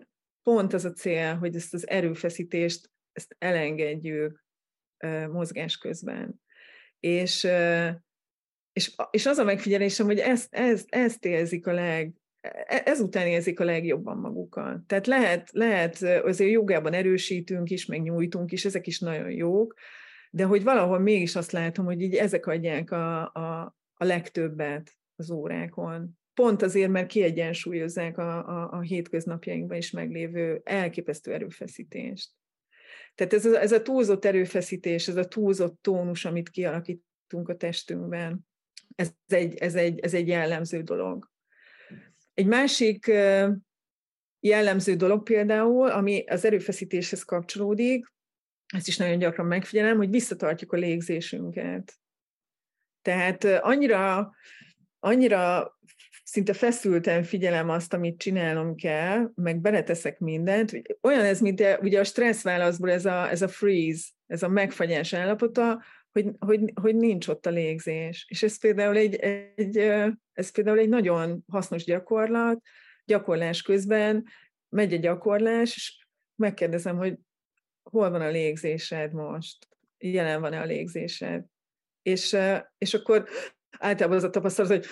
B: pont az a cél, hogy ezt az erőfeszítést, ezt elengedjük mozgás közben. És, és, és az a megfigyelésem, hogy ezt, ezt, ezt érzik a leg, ezután érzik a legjobban magukat. Tehát lehet, lehet azért jogában erősítünk is, meg nyújtunk is, ezek is nagyon jók, de hogy valahol mégis azt látom, hogy így ezek adják a, a, a legtöbbet az órákon. Pont azért, mert kiegyensúlyozzák a, a, a hétköznapjainkban is meglévő elképesztő erőfeszítést. Tehát ez a, ez a túlzott erőfeszítés, ez a túlzott tónus, amit kialakítunk a testünkben, ez egy, ez egy, ez egy jellemző dolog. Egy másik jellemző dolog például, ami az erőfeszítéshez kapcsolódik, ezt is nagyon gyakran megfigyelem, hogy visszatartjuk a légzésünket. Tehát annyira, annyira szinte feszülten figyelem azt, amit csinálnom kell, meg beleteszek mindent. Olyan ez, mint a, ugye a stresszválaszból ez a, ez a freeze, ez a megfagyás állapota, hogy, hogy, hogy nincs ott a légzés. És ez például egy, egy, ez például egy nagyon hasznos gyakorlat, gyakorlás közben megy a gyakorlás, és megkérdezem, hogy hol van a légzésed most? Jelen van-e a légzésed? És, és akkor általában az a tapasztalat, hogy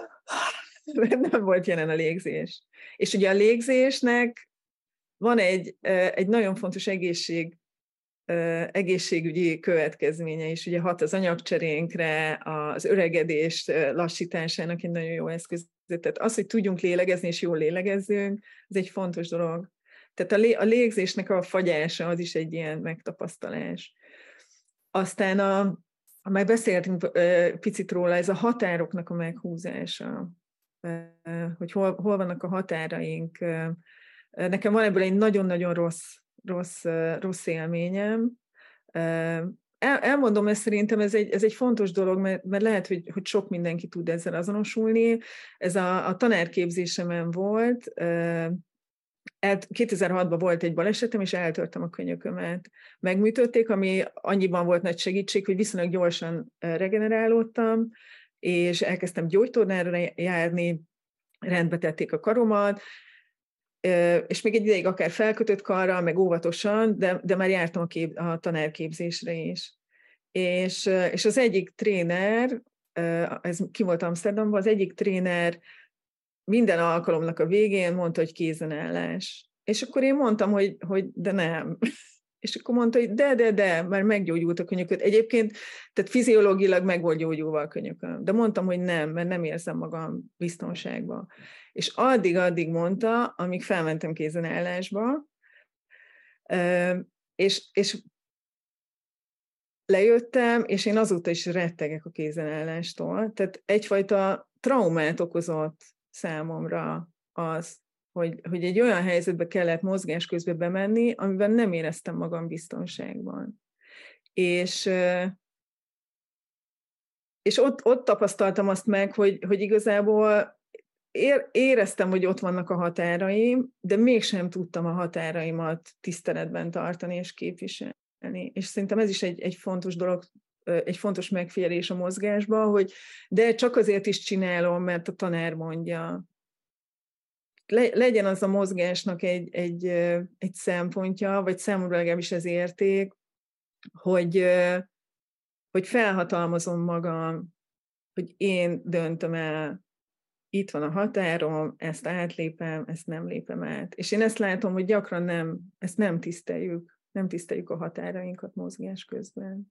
B: nem volt jelen a légzés. És ugye a légzésnek van egy, egy nagyon fontos egészség, egészségügyi következménye is. Ugye hat az anyagcserénkre, az öregedés lassításának egy nagyon jó eszköz. Tehát az, hogy tudjunk lélegezni, és jól lélegezzünk, ez egy fontos dolog. Tehát a, lé, a légzésnek a fagyása az is egy ilyen megtapasztalás. Aztán, a, már beszéltünk picit róla, ez a határoknak a meghúzása, hogy hol, hol vannak a határaink. Nekem van ebből egy nagyon-nagyon rossz, rossz, rossz élményem. El, elmondom ezt, szerintem ez egy, ez egy fontos dolog, mert, mert lehet, hogy, hogy sok mindenki tud ezzel azonosulni. Ez a, a tanárképzésemen volt, kétezer-hatban volt egy balesetem, és eltörtem a könyökömet. Megműtötték, ami annyiban volt nagy segítség, hogy viszonylag gyorsan regenerálódtam, és elkezdtem gyógytornára járni, rendbe tették a karomat, és még egy ideig akár felkötött karral, meg óvatosan, de, de már jártam a, kép, a tanárképzésre is. És, és az egyik tréner, ez ki volt Amsterdamban, az egyik tréner minden alkalomnak a végén mondta, hogy kézenállás. És akkor én mondtam, hogy, hogy de nem. És akkor mondta, hogy de, de, de, már meggyógyult a könyököt. Egyébként, tehát fiziológilag meg volt gyógyulva a könyököm. De mondtam, hogy nem, mert nem érzem magam biztonságban. És addig-addig mondta, amíg felmentem kézenállásba, és, és lejöttem, és én azóta is rettegek a kézenállástól. Tehát egyfajta traumát okozott számomra az, hogy, hogy egy olyan helyzetbe kellett mozgás közben bemenni, amiben nem éreztem magam biztonságban. És, és ott, ott tapasztaltam azt meg, hogy, hogy igazából ér, éreztem, hogy ott vannak a határaim, de mégsem tudtam a határaimat tiszteletben tartani és képviselni. És szerintem ez is egy, egy fontos dolog, egy fontos megfigyelés a mozgásban, hogy de csak azért is csinálom, mert a tanár mondja. Le, legyen az a mozgásnak egy, egy, egy szempontja, vagy számomra legalábbis ez érték, hogy, hogy felhatalmazom magam, hogy én döntöm el, itt van a határom, ezt átlépem, ezt nem lépem át. És én ezt látom, hogy gyakran nem, ezt nem tiszteljük, nem tiszteljük a határainkat mozgás közben.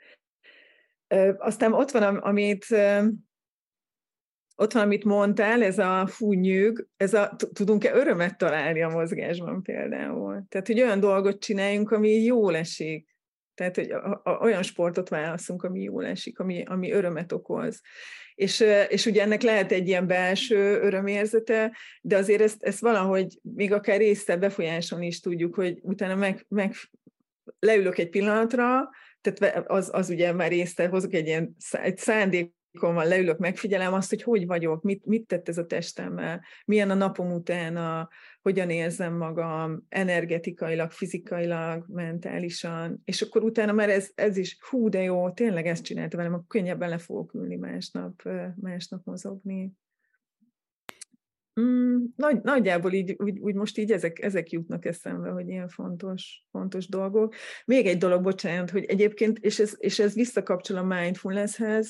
B: Aztán ott van, amit, ott van, amit mondtál, ez a fúnyűg, ez a, tudunk-e örömet találni a mozgásban például? Tehát, hogy olyan dolgot csináljunk, ami jól esik. Tehát, hogy a, a, olyan sportot válaszunk, ami jól esik, ami, ami örömet okoz. És, és ugye ennek lehet egy ilyen belső örömérzete, de azért ezt, ezt valahogy még akár észre befolyásolni is tudjuk, hogy utána meg, meg leülök egy pillanatra, tehát az, az ugye már észre hozok egy ilyen egy szándékom van, leülök, megfigyelem azt, hogy hogy vagyok, mit, mit tett ez a testemmel, milyen a napom utána, hogyan érzem magam energetikailag, fizikailag, mentálisan, és akkor utána már ez, ez is, hú, de jó, tényleg ezt csináltam velem, akkor könnyebben le fogok ülni másnap, másnap mozogni. Mm, nagy, nagyjából így, úgy, úgy most így ezek, ezek jutnak eszembe, hogy ilyen fontos, fontos dolgok. Még egy dolog, bocsánat, hogy egyébként, és ez, és ez visszakapcsol a mindfulnesshez,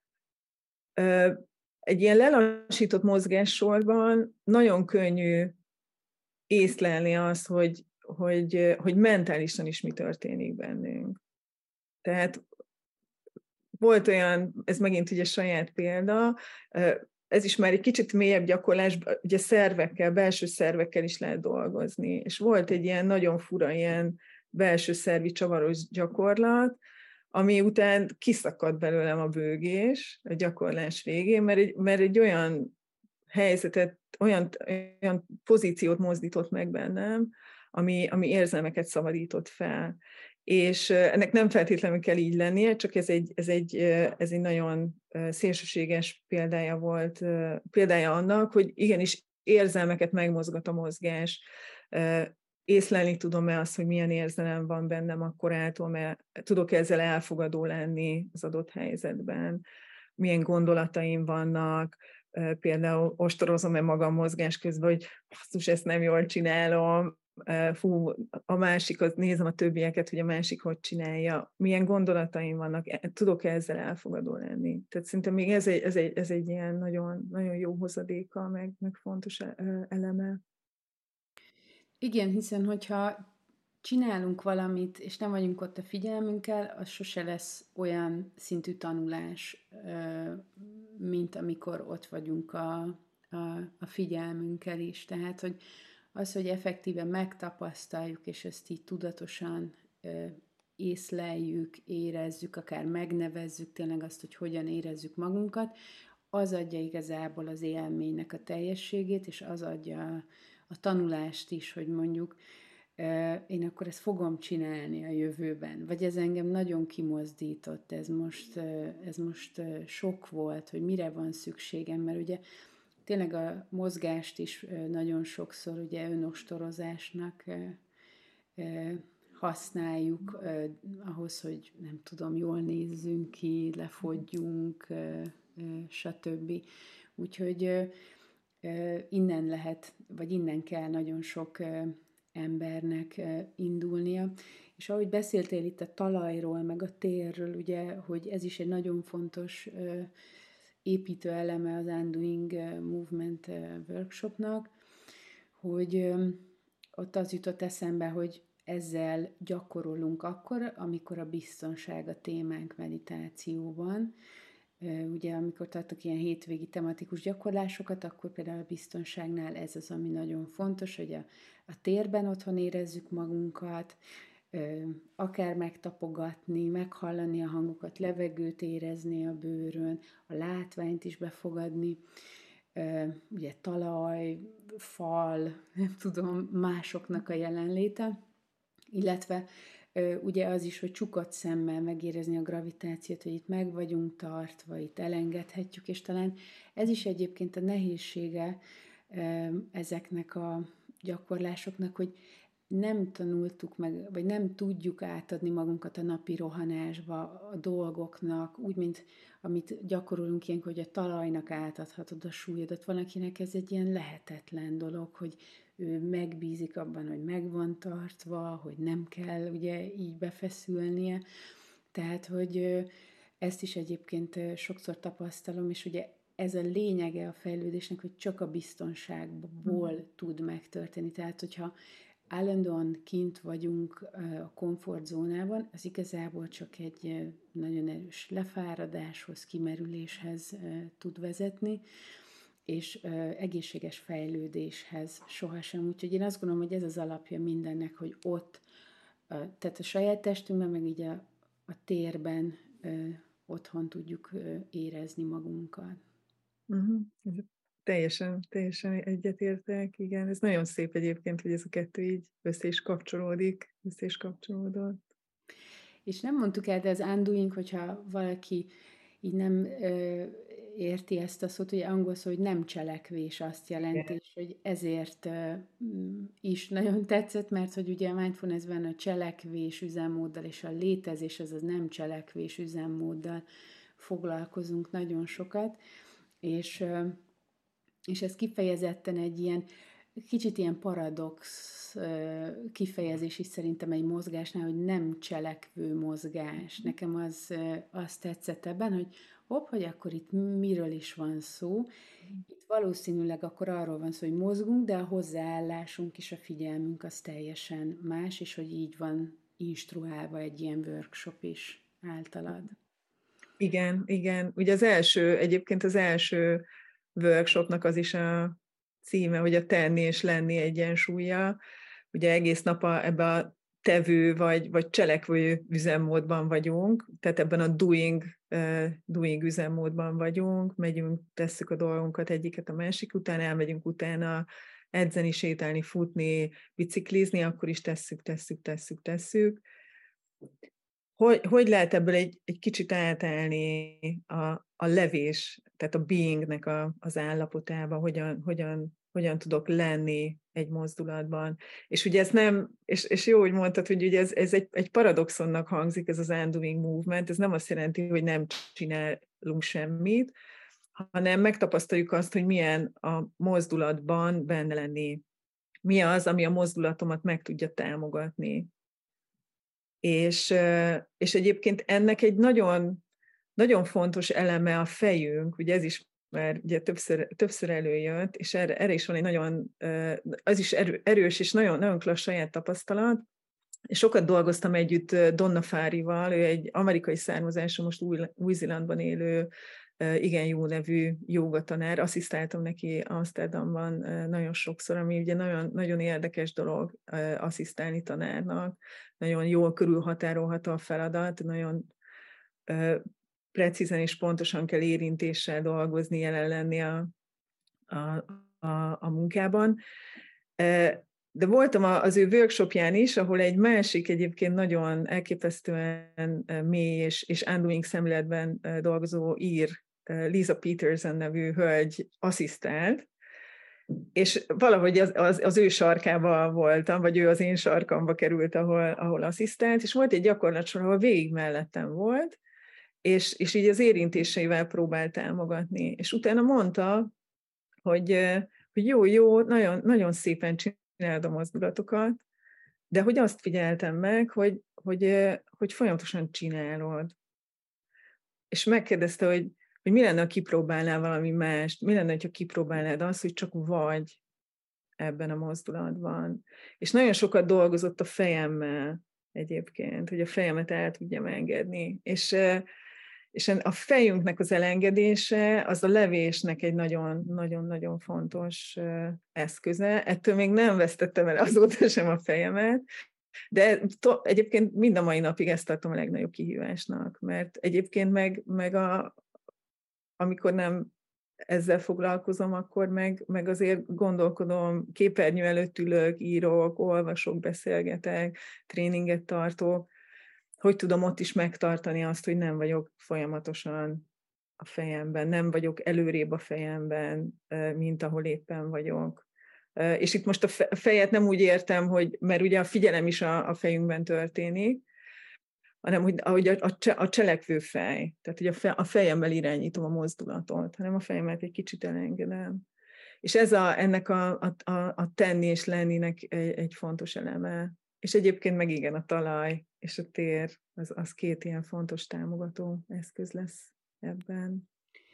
B: egy ilyen lelassított mozgássorban nagyon könnyű észlelni azt, hogy, hogy, hogy mentálisan is mi történik bennünk. Tehát volt olyan, ez megint ugye saját példa, ez is már egy kicsit mélyebb gyakorlás, ugye szervekkel, belső szervekkel is lehet dolgozni. És volt egy ilyen nagyon fura ilyen belső szervi csavaros gyakorlat, ami után kiszakadt belőlem a bőgés a gyakorlás végén, mert egy, mert egy olyan helyzetet, olyan, olyan pozíciót mozdított meg bennem, ami, ami érzelmeket szabadított fel. És ennek nem feltétlenül kell így lennie, csak ez egy, ez egy, ez egy nagyon szélsőséges példája volt, példája annak, hogy igenis érzelmeket megmozgat a mozgás, észlelni tudom-e azt, hogy milyen érzelem van bennem akkorától, mert tudok ezzel elfogadó lenni az adott helyzetben, milyen gondolataim vannak, például ostorozom-e magam mozgás közben, hogy basszus, ezt nem jól csinálom, fú, a másik, az nézem a többieket, hogy a másik hogy csinálja, milyen gondolataim vannak, tudok-e ezzel elfogadó lenni. Tehát szerintem még ez egy, ez egy, ez egy ilyen nagyon, nagyon jó hozadéka, meg, meg fontos eleme.
A: Igen, hiszen hogyha csinálunk valamit, és nem vagyunk ott a figyelmünkkel, az sose lesz olyan szintű tanulás, mint amikor ott vagyunk a, a, a figyelmünkkel is. Tehát, hogy az, hogy effektíven megtapasztaljuk, és ezt így tudatosan észleljük, érezzük, akár megnevezzük tényleg azt, hogy hogyan érezzük magunkat, az adja igazából az élménynek a teljességét, és az adja a tanulást is, hogy mondjuk én akkor ezt fogom csinálni a jövőben, vagy ez engem nagyon kimozdított, ez most, ez most sok volt, hogy mire van szükségem, mert ugye tényleg a mozgást is nagyon sokszor ugye önostorozásnak használjuk ahhoz, hogy nem tudom, jól nézzünk ki, lefogyjunk, stb. Úgyhogy innen lehet, vagy innen kell nagyon sok embernek indulnia. És ahogy beszéltél itt a talajról, meg a térről, ugye, hogy ez is egy nagyon fontos építő eleme az Undoing Movement workshopnak, hogy ott az jutott eszembe, hogy ezzel gyakorolunk akkor, amikor a biztonság a témánk meditációban. Ugye, amikor tartok ilyen hétvégi tematikus gyakorlásokat, akkor például a biztonságnál ez az, ami nagyon fontos, hogy a, a térben otthon érezzük magunkat, akár megtapogatni, meghallani a hangokat, levegőt érezni a bőrön, a látványt is befogadni, ugye talaj, fal, nem tudom, másoknak a jelenléte, illetve ugye az is, hogy csukott szemmel megérezni a gravitációt, hogy itt meg vagyunk tartva, itt elengedhetjük, és talán ez is egyébként a nehézsége ezeknek a gyakorlásoknak, hogy nem tanultuk meg, vagy nem tudjuk átadni magunkat a napi rohanásba, a dolgoknak, úgy, mint amit gyakorolunk ilyenkor, hogy a talajnak átadhatod a súlyodat. Van, akinek ez egy ilyen lehetetlen dolog, hogy ő megbízik abban, hogy meg van tartva, hogy nem kell ugye így befeszülnie. Tehát, hogy ezt is egyébként sokszor tapasztalom, és ugye ez a lényege a fejlődésnek, hogy csak a biztonságból mm. tud megtörténni. Tehát, hogyha állandóan kint vagyunk a komfortzónában, az igazából csak egy nagyon erős lefáradáshoz, kimerüléshez tud vezetni, és egészséges fejlődéshez sohasem. Úgyhogy én azt gondolom, hogy ez az alapja mindennek, hogy ott, tehát a saját testünkben, meg így a, a térben otthon tudjuk érezni magunkat.
B: Uh-huh. Teljesen, teljesen egyetértek, igen. Ez nagyon szép egyébként, hogy ez a kettő így össze is kapcsolódik, össze is kapcsolódott.
A: És nem mondtuk el, de az undoing, hogyha valaki így nem ö, érti ezt a szót, hogy angol szó, hogy nem cselekvés azt jelenti, és hogy ezért ö, is nagyon tetszett, mert hogy ugye a mindfulnessben a cselekvés üzemmóddal és a létezés, az az nem cselekvés üzemmóddal foglalkozunk nagyon sokat, és ö, és ez kifejezetten egy ilyen, kicsit ilyen paradox kifejezés is szerintem egy mozgásnál, hogy nem cselekvő mozgás. Nekem az, az tetszett ebben, hogy hopp, hogy akkor itt miről is van szó. Itt valószínűleg akkor arról van szó, hogy mozgunk, de a hozzáállásunk és a figyelmünk az teljesen más, és hogy így van instruálva egy ilyen workshop is általad.
B: Igen, igen. Ugye az első, egyébként az első workshopnak az is a címe, hogy a tenni és lenni egyensúlya. Ugye egész nap a, ebbe a tevő vagy, vagy cselekvő üzemmódban vagyunk, tehát ebben a doing, uh, doing üzemmódban vagyunk, megyünk, tesszük a dolgunkat egyiket a másik után, elmegyünk utána edzeni, sétálni, futni, biciklizni, akkor is tesszük, tesszük, tesszük, tesszük. Hogy, hogy lehet ebből egy, egy kicsit átállni a, a levés, tehát a beingnek a, az állapotába, hogyan, hogyan, hogyan tudok lenni egy mozdulatban. És ugye ez nem, és, és jó, hogy mondtad, hogy ugye ez, ez egy, egy paradoxonnak hangzik, ez az undoing movement, ez nem azt jelenti, hogy nem csinálunk semmit, hanem megtapasztaljuk azt, hogy milyen a mozdulatban benne lenni. Mi az, ami a mozdulatomat meg tudja támogatni. És, és egyébként ennek egy nagyon, nagyon fontos eleme a fejünk, ugye ez is már ugye többször, többször előjött, és erre, erre is van egy nagyon, az is erő, erős és nagyon, nagyon klassz saját tapasztalat, és sokat dolgoztam együtt Donna Fárival, ő egy amerikai származású, most Új, Új-Zélandban élő, igen jó nevű jógatanár, asszisztáltam neki Amsterdamban nagyon sokszor, ami ugye nagyon, nagyon érdekes dolog asszisztálni tanárnak, nagyon jól körülhatárolható a feladat, nagyon precízen és pontosan kell érintéssel dolgozni, jelen lenni a, a, a, a munkában. De voltam az ő workshopján is, ahol egy másik egyébként nagyon elképesztően mély és, és undoing szemléletben dolgozó ír, Lisa Peterson nevű hölgy asszisztált, és valahogy az, az, az ő sarkába voltam, vagy ő az én sarkamba került, ahol, ahol asszisztált, és volt egy gyakorlatsor, ahol végig mellettem volt, és, és így az érintéseivel próbált támogatni. És utána mondta, hogy, hogy jó, jó, nagyon, nagyon szépen csinálod a mozdulatokat, de hogy azt figyeltem meg, hogy, hogy, hogy folyamatosan csinálod. És megkérdezte, hogy, hogy mi lenne, ha kipróbálnál valami mást, mi lenne, ha kipróbálnád azt, hogy csak vagy ebben a mozdulatban. És nagyon sokat dolgozott a fejemmel egyébként, hogy a fejemet el tudjam engedni. És, és a fejünknek az elengedése, az a levésnek egy nagyon-nagyon fontos eszköze. Ettől még nem vesztettem el azóta sem a fejemet, de to, egyébként mind a mai napig ezt tartom a legnagyobb kihívásnak, mert egyébként meg, meg a, amikor nem ezzel foglalkozom, akkor meg, meg azért gondolkodom, képernyő előtt ülök, írok, olvasok, beszélgetek, tréninget tartok, hogy tudom ott is megtartani azt, hogy nem vagyok folyamatosan a fejemben, nem vagyok előrébb a fejemben, mint ahol éppen vagyok. És itt most a fejet nem úgy értem, hogy, mert ugye a figyelem is a, a fejünkben történik, hanem hogy, ahogy a, a, a cselekvő fej, tehát hogy a, fej, a fejemmel irányítom a mozdulatot, hanem a fejemet egy kicsit elengedem. És ez a, ennek a, a, a tenni és lenninek egy, egy fontos eleme. És egyébként meg igen, a talaj és a tér, az, az két ilyen fontos támogató eszköz lesz ebben.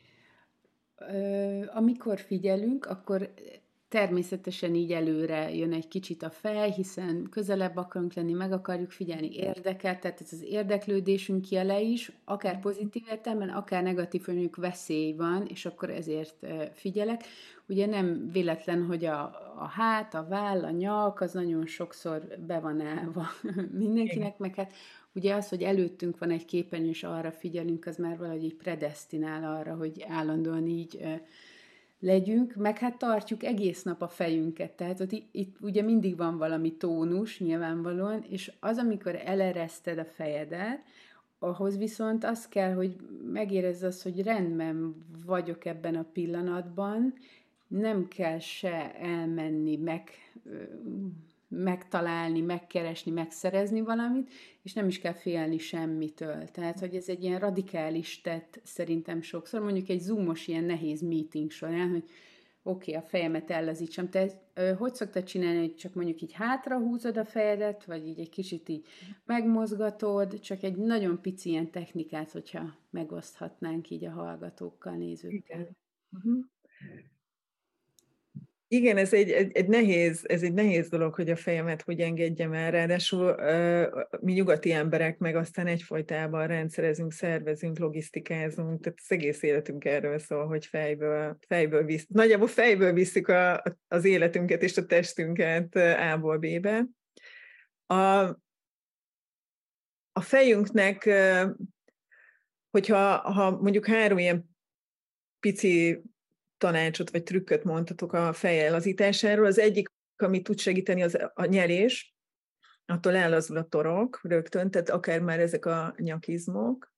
A: Amikor figyelünk, akkor természetesen így előre jön egy kicsit a fej, hiszen közelebb akarunk lenni, meg akarjuk figyelni, érdekel, tehát ez az érdeklődésünk jele is, akár pozitív értelemben, akár negatív, hogy mondjuk veszély van, és akkor ezért figyelek. Ugye nem véletlen, hogy a, a hát, a váll, a nyak, az nagyon sokszor be van állva mindenkinek, meg hát ugye az, hogy előttünk van egy képernyő, és arra figyelünk, az már valahogy így predesztinál arra, hogy állandóan így legyünk, meg hát tartjuk egész nap a fejünket, tehát ott itt, itt ugye mindig van valami tónus nyilvánvalóan, és az, amikor elereszted a fejedet, ahhoz viszont az kell, hogy megérezd azt, hogy rendben vagyok ebben a pillanatban, nem kell se elmenni, meg, megtalálni, megkeresni, megszerezni valamit, és nem is kell félni semmitől. Tehát, hogy ez egy ilyen radikális tett szerintem sokszor, mondjuk egy zoomos ilyen nehéz meeting során, hogy oké, a fejemet ellazítsam. Te ö, hogy szoktad csinálni, hogy csak mondjuk így hátra húzod a fejedet, vagy így egy kicsit így megmozgatod, csak egy nagyon pici ilyen technikát, hogyha megoszthatnánk így a hallgatókkal, nézőkkel.
B: Igen. Uh-huh. Igen, ez egy, egy, egy nehéz, ez egy nehéz dolog, hogy a fejemet hogy engedjem el. Ráadásul mi nyugati emberek meg aztán egyfolytában rendszerezünk, szervezünk, logisztikázunk, tehát az egész életünk erről szól, hogy fejből, fejből visz, nagyjából fejből visszük a, az életünket és a testünket A-ból B-be. A, a fejünknek, hogyha ha mondjuk három ilyen pici tanácsot vagy trükköt mondhatok a fej ellazításáról. Az egyik, ami tud segíteni, az a nyelés, attól ellazul a torok rögtön, tehát akár már ezek a nyakizmok.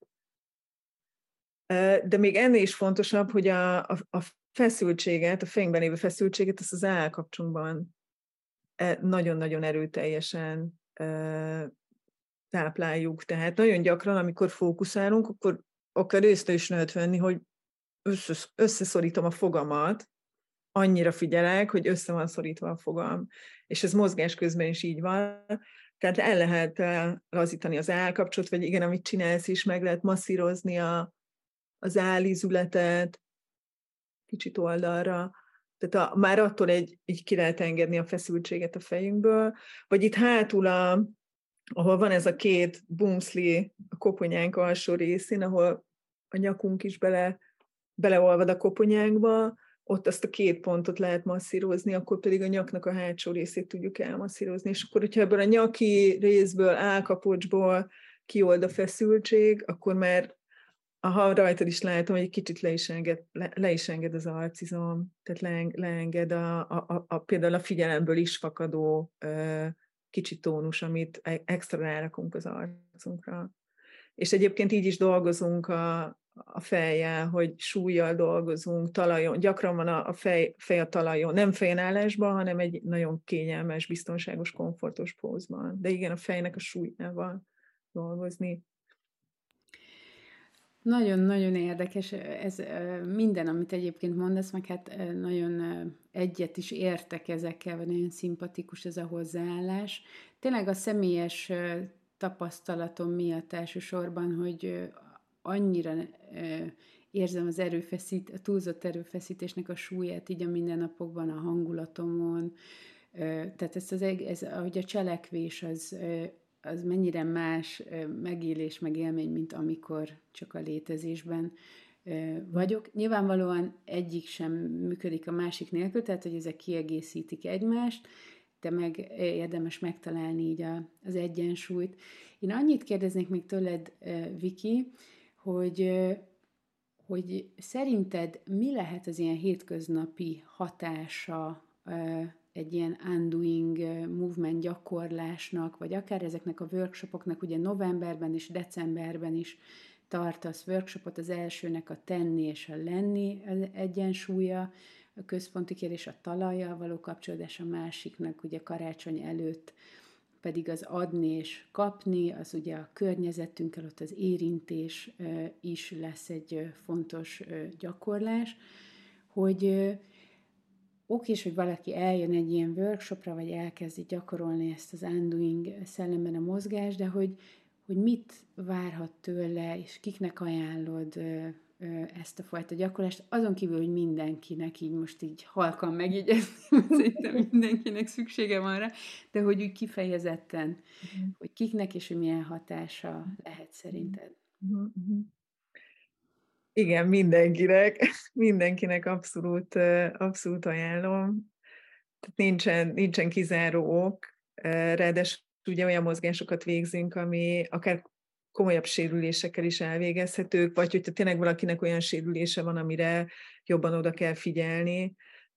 B: De még ennél is fontosabb, hogy a, a, a feszültséget, a fejünkben lévő feszültséget, azt az állkapcsunkban nagyon-nagyon erőteljesen tápláljuk. Tehát nagyon gyakran, amikor fókuszálunk, akkor akár észre is lehet venni, hogy összeszorítom a fogamat, annyira figyelek, hogy össze van szorítva a fogam. És ez mozgás közben is így van. Tehát el lehet lazítani az állkapcsot, vagy igen, amit csinálsz is, meg lehet masszírozni a, az állízületet, kicsit oldalra. Tehát a, már attól egy, így ki lehet engedni a feszültséget a fejünkből. Vagy itt hátul, a, ahol van ez a két bumszli a koponyánk alsó részén, ahol a nyakunk is bele beleolvad a koponyánkba, ott azt a két pontot lehet masszírozni, akkor pedig a nyaknak a hátsó részét tudjuk elmasszírozni. És akkor, hogyha ebből a nyaki részből, állkapocsból kiold a feszültség, akkor már, aha, rajtad is látom, hogy egy kicsit le is enged, le, le is enged az arcizom, tehát le, leenged a, a, a, a, például a figyelemből is fakadó ö, kicsi tónus, amit extra rárakunk az arcunkra. És egyébként így is dolgozunk a a fejjel, hogy súlyjal dolgozunk, talajon. Gyakran van a, a fej, fej a talajon, nem fejenállásban, hanem egy nagyon kényelmes, biztonságos, komfortos pózban. De igen, a fejnek a súlyával dolgozni.
A: Nagyon-nagyon érdekes, ez minden, amit egyébként mondasz, meg hát nagyon egyet is értek ezekkel, vagy nagyon szimpatikus ez a hozzáállás. Tényleg a személyes tapasztalatom miatt elsősorban, hogy annyira érzem az erőfeszít, a túlzott erőfeszítésnek a súlyát így a mindennapokban, a hangulatomon. Tehát ez, az, ez ahogy a cselekvés az, az mennyire más megélés, meg élmény, mint amikor csak a létezésben vagyok. Nyilvánvalóan egyik sem működik a másik nélkül, tehát hogy ezek kiegészítik egymást, de meg érdemes megtalálni így a, az egyensúlyt. Én annyit kérdeznék még tőled, Viki, hogy, hogy szerinted mi lehet az ilyen hétköznapi hatása egy ilyen undoing movement gyakorlásnak, vagy akár ezeknek a workshopoknak, ugye novemberben és decemberben is tartasz workshopot, az elsőnek a tenni és a lenni egyensúlya, a központi kérdés a talajjal való kapcsolódás, a másiknak ugye karácsony előtt pedig az adni és kapni, az ugye a környezetünkkel, ott az érintés is lesz egy fontos gyakorlás, hogy oké, és hogy valaki eljön egy ilyen workshopra, vagy elkezdi gyakorolni ezt az undoing szellemben a mozgást, de hogy, hogy mit várhat tőle, és kiknek ajánlod ezt a fajta gyakorlást, azon kívül, hogy mindenkinek így most így halkan megjegyezni, szerintem mindenkinek szüksége van rá, de hogy úgy kifejezetten, uh-huh. hogy kiknek és hogy milyen hatása lehet szerinted.
B: Uh-huh. Igen, mindenkinek, mindenkinek abszolút, abszolút ajánlom. Tehát nincsen, nincsen kizáró ok, ráadásul ugye olyan mozgásokat végzünk, ami akár komolyabb sérülésekkel is elvégezhetők, vagy hogyha tényleg valakinek olyan sérülése van, amire jobban oda kell figyelni,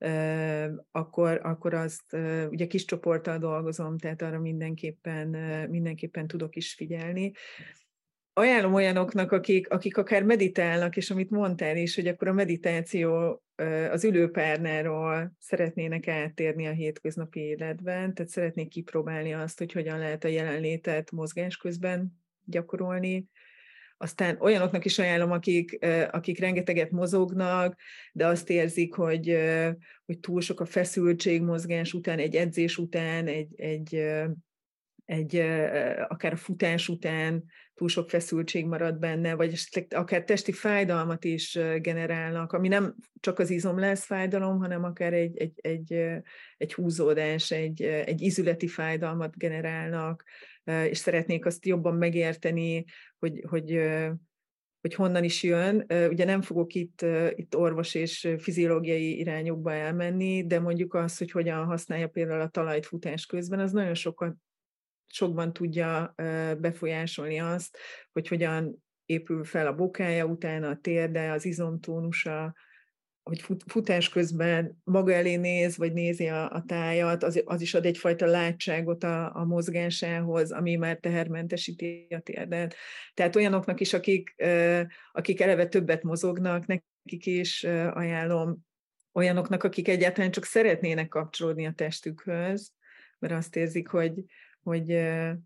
B: akkor, akkor azt ugye kis csoporttal dolgozom, tehát arra mindenképpen, mindenképpen tudok is figyelni. Ajánlom olyanoknak, akik, akik akár meditálnak, és amit mondtál is, hogy akkor a meditáció az ülőpárnáról szeretnének áttérni a hétköznapi életben, tehát szeretnék kipróbálni azt, hogy hogyan lehet a jelenlétet mozgás közben gyakorolni. Aztán olyanoknak is ajánlom, akik, akik rengeteget mozognak, de azt érzik, hogy, hogy túl sok a feszültség mozgás után, egy edzés után, egy, egy, egy akár a futás után túl sok feszültség marad benne, vagy akár testi fájdalmat is generálnak, ami nem csak az izom lesz fájdalom, hanem akár egy, egy, egy, egy húzódás, egy, egy izületi fájdalmat generálnak, és szeretnék azt jobban megérteni, hogy, hogy, hogy honnan is jön. Ugye nem fogok itt, itt orvos és fiziológiai irányokba elmenni, de mondjuk az, hogy hogyan használja például a talajt futás közben, az nagyon sokat sokban tudja befolyásolni azt, hogy hogyan épül fel a bokája, utána a térde, az izomtónusa, hogy fut, futás közben maga elé néz, vagy nézi a, a tájat, az, az is ad egyfajta látságot a, a mozgásához, ami már tehermentesíti a térdet. Tehát olyanoknak is, akik, akik eleve többet mozognak, nekik is ajánlom, olyanoknak, akik egyáltalán csak szeretnének kapcsolódni a testükhöz, mert azt érzik, hogy hogy,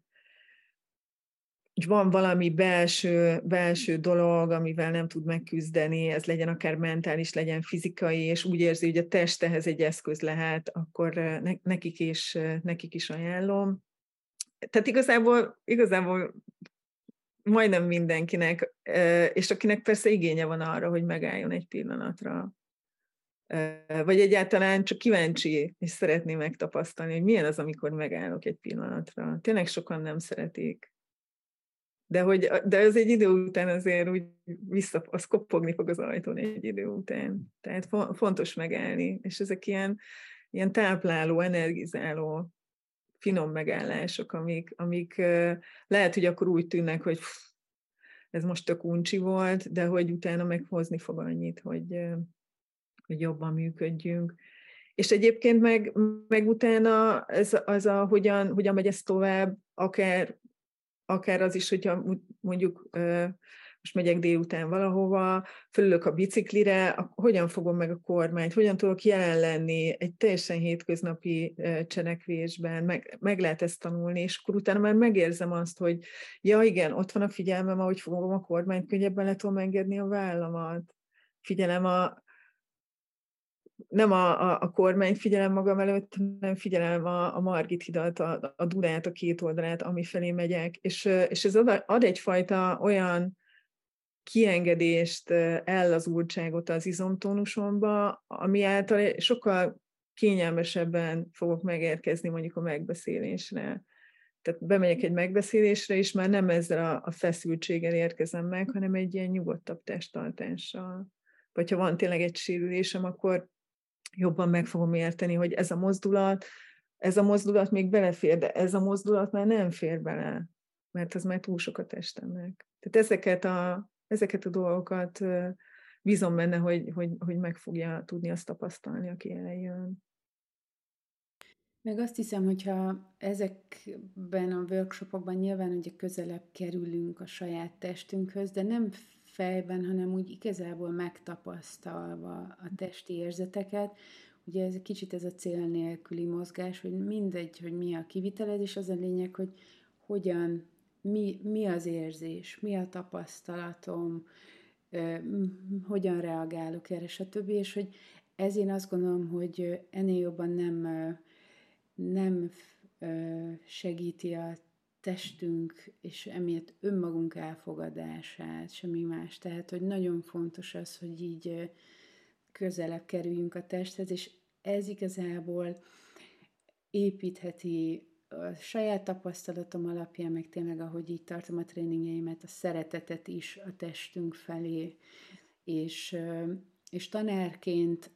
B: hogy van valami belső, belső dolog, amivel nem tud megküzdeni, ez legyen akár mentális, legyen fizikai, és úgy érzi, hogy a test ehhez egy eszköz lehet, akkor nekik is, nekik is ajánlom. Tehát igazából, igazából majdnem mindenkinek, és akinek persze igénye van arra, hogy megálljon egy pillanatra, vagy egyáltalán csak kíváncsi, és szeretné megtapasztalni, hogy milyen az, amikor megállok egy pillanatra. Tényleg sokan nem szeretik. De, hogy, de ez egy idő után azért úgy vissza, az kopogni fog az ajtón egy idő után. Tehát fontos megállni. És ezek ilyen, ilyen tápláló, energizáló, finom megállások, amik, amik lehet, hogy akkor úgy tűnnek, hogy pff, ez most tök uncsi volt, de hogy utána meghozni fog annyit, hogy hogy jobban működjünk. És egyébként meg, meg utána ez, az a, hogyan, hogyan megy ez tovább, akár, akár az is, hogyha mondjuk most megyek délután valahova, fölülök a biciklire, hogyan fogom meg a kormányt, hogyan tudok jelen lenni egy teljesen hétköznapi cselekvésben, meg, meg lehet ezt tanulni, és akkor utána már megérzem azt, hogy ja igen, ott van a figyelmem, ahogy fogom a kormányt, könnyebben le tudom engedni a vállamat. Figyelem a nem a, a, a kormányt figyelem magam előtt, hanem figyelem a, a Margit hidat, a, a Dunát, a két oldalát, ami felé megyek. És, és ez ad, ad egyfajta olyan kiengedést, ellazultságot az izomtónusomba, ami által sokkal kényelmesebben fogok megérkezni mondjuk a megbeszélésre. Tehát bemegyek egy megbeszélésre, és már nem ezzel a, a feszültséggel érkezem meg, hanem egy ilyen nyugodtabb testtartással. Vagy ha van tényleg egy sérülésem, akkor jobban meg fogom érteni, hogy ez a mozdulat, ez a mozdulat még belefér, de ez a mozdulat már nem fér bele, mert az már túl sok a testemnek. Tehát ezeket a, ezeket a dolgokat bízom benne, hogy, hogy, hogy meg fogja tudni azt tapasztalni, aki eljön.
A: Meg azt hiszem, hogyha ezekben a workshopokban nyilván ugye közelebb kerülünk a saját testünkhöz, de nem fejben, hanem úgy igazából megtapasztalva a testi érzeteket. Ugye ez egy kicsit ez a cél nélküli mozgás, hogy mindegy, hogy mi a kivitelezés, az a lényeg, hogy hogyan, mi, mi az érzés, mi a tapasztalatom, hogyan reagálok erre, stb. És hogy ez én azt gondolom, hogy ennél jobban nem, nem segíti a testünk, és emiatt önmagunk elfogadását, semmi más. Tehát, hogy nagyon fontos az, hogy így közelebb kerüljünk a testhez, és ez igazából építheti a saját tapasztalatom alapján, meg tényleg, ahogy így tartom a tréningeimet, a szeretetet is a testünk felé, és, és tanárként,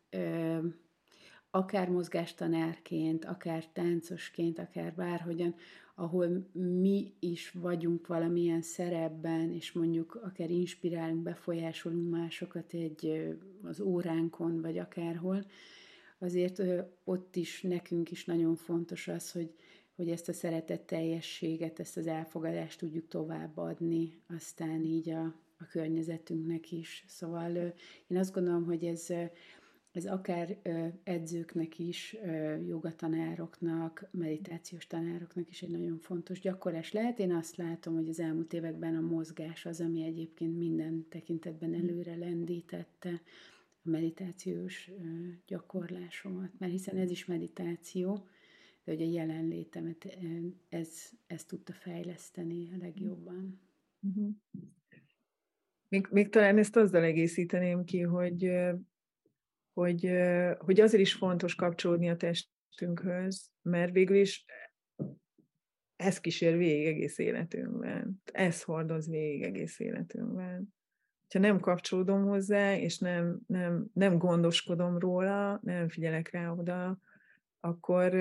A: akár mozgástanárként, akár táncosként, akár bárhogyan, ahol mi is vagyunk valamilyen szerepben, és mondjuk akár inspirálunk, befolyásolunk másokat egy, az óránkon, vagy akárhol, azért ott is nekünk is nagyon fontos az, hogy, hogy ezt a szeretetteljességet, ezt az elfogadást tudjuk továbbadni, aztán így a, a környezetünknek is. Szóval én azt gondolom, hogy ez ez akár edzőknek is, jogatanároknak, meditációs tanároknak is egy nagyon fontos gyakorlás lehet. Én azt látom, hogy az elmúlt években a mozgás az, ami egyébként minden tekintetben előre lendítette a meditációs gyakorlásomat, mert hiszen ez is meditáció, de hogy a jelenlétemet ez, ez tudta fejleszteni a legjobban.
B: Uh-huh. Még, még talán ezt azzal egészíteném ki, hogy, hogy, hogy azért is fontos kapcsolódni a testünkhöz, mert végül is ez kísér végig egész életünkben. Ez hordoz végig egész életünkben. Ha nem kapcsolódom hozzá, és nem, nem, nem gondoskodom róla, nem figyelek rá oda, akkor,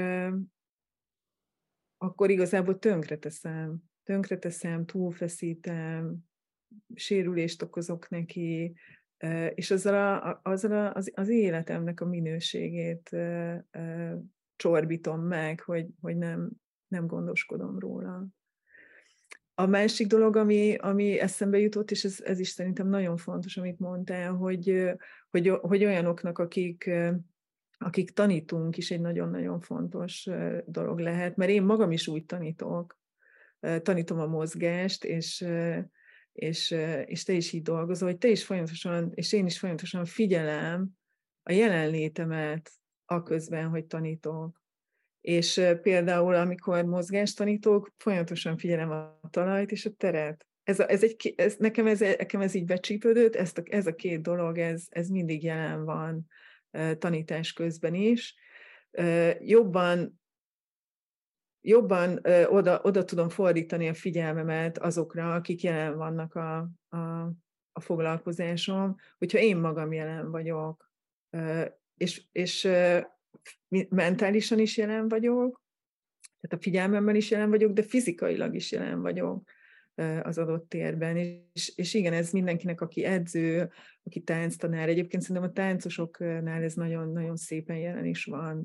B: akkor igazából tönkreteszem. Tönkreteszem, túlfeszítem, sérülést okozok neki, és azzal, a, azzal a, az, az életemnek a minőségét csorbítom meg, hogy, hogy nem, nem gondoskodom róla. A másik dolog, ami, ami eszembe jutott, és ez, ez is szerintem nagyon fontos, amit mondtál, hogy, hogy, hogy olyanoknak, akik, akik tanítunk is egy nagyon-nagyon fontos dolog lehet, mert én magam is úgy tanítok, tanítom a mozgást, és, és, és te is így dolgozol, hogy te is folyamatosan, és én is folyamatosan figyelem a jelenlétemet aközben, hogy tanítok. És például, amikor mozgást tanítok, folyamatosan figyelem a talajt és a teret. Ez, a, ez egy, ez, nekem, ez, nekem ez így becsípődött, ezt a, ez a két dolog, ez, ez mindig jelen van tanítás közben is. Jobban, jobban oda, oda tudom fordítani a figyelmemet azokra, akik jelen vannak a, a, a foglalkozásom, hogyha én magam jelen vagyok. És, és mentálisan is jelen vagyok, tehát a figyelmemmel is jelen vagyok, de fizikailag is jelen vagyok az adott térben. És, és igen, ez mindenkinek, aki edző, aki tánctanár. Egyébként szerintem a táncosoknál ez nagyon-nagyon szépen jelen is van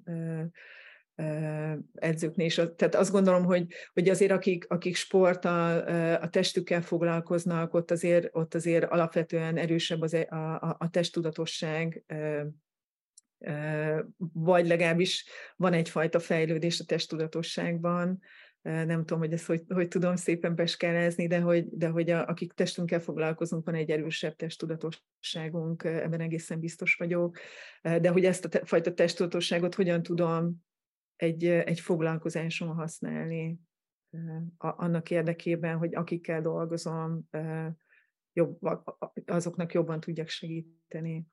B: edzőknél is. Tehát azt gondolom, hogy, hogy azért akik, akik sporttal, a testükkel foglalkoznak, ott azért, ott azért alapvetően erősebb az, a, a, a testtudatosság, vagy legalábbis van egyfajta fejlődés a testtudatosságban. Nem tudom, hogy ezt hogy, hogy tudom szépen beskálázni, de hogy, de hogy a, akik testünkkel foglalkozunk, van egy erősebb testtudatosságunk, ebben egészen biztos vagyok. De hogy ezt a te, fajta testtudatosságot hogyan tudom egy, egy foglalkozáson használni, annak érdekében, hogy akikkel dolgozom, jobb, azoknak jobban tudjak segíteni.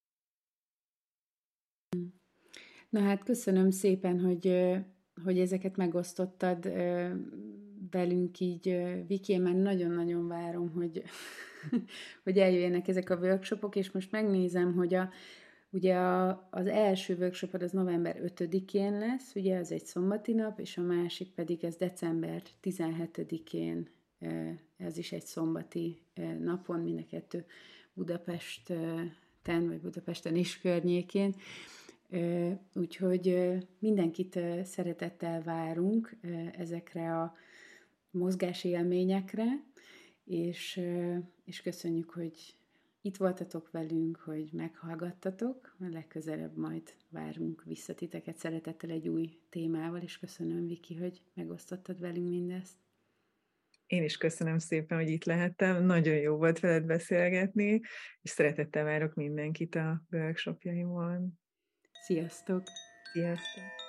A: Na hát köszönöm szépen, hogy, hogy ezeket megosztottad velünk így, Viki, én már nagyon-nagyon várom, hogy, hogy eljöjjenek ezek a workshopok, és most megnézem, hogy a, ugye a, az első workshopod az november ötödikén lesz, ugye az egy szombati nap, és a másik pedig ez december tizenhetedikén, ez is egy szombati napon, mind a kettő Budapesten, vagy Budapesten is környékén. Úgyhogy mindenkit szeretettel várunk ezekre a mozgási élményekre, és, és köszönjük, hogy itt voltatok velünk, hogy meghallgattatok. A legközelebb majd várunk vissza titeket szeretettel egy új témával, és köszönöm, Viki, hogy megosztottad velünk mindezt.
B: Én is köszönöm szépen, hogy itt lehettem. Nagyon jó volt veled beszélgetni, és szeretettel várok mindenkit a workshopjaimon.
A: Sziasztok!
B: Sziasztok!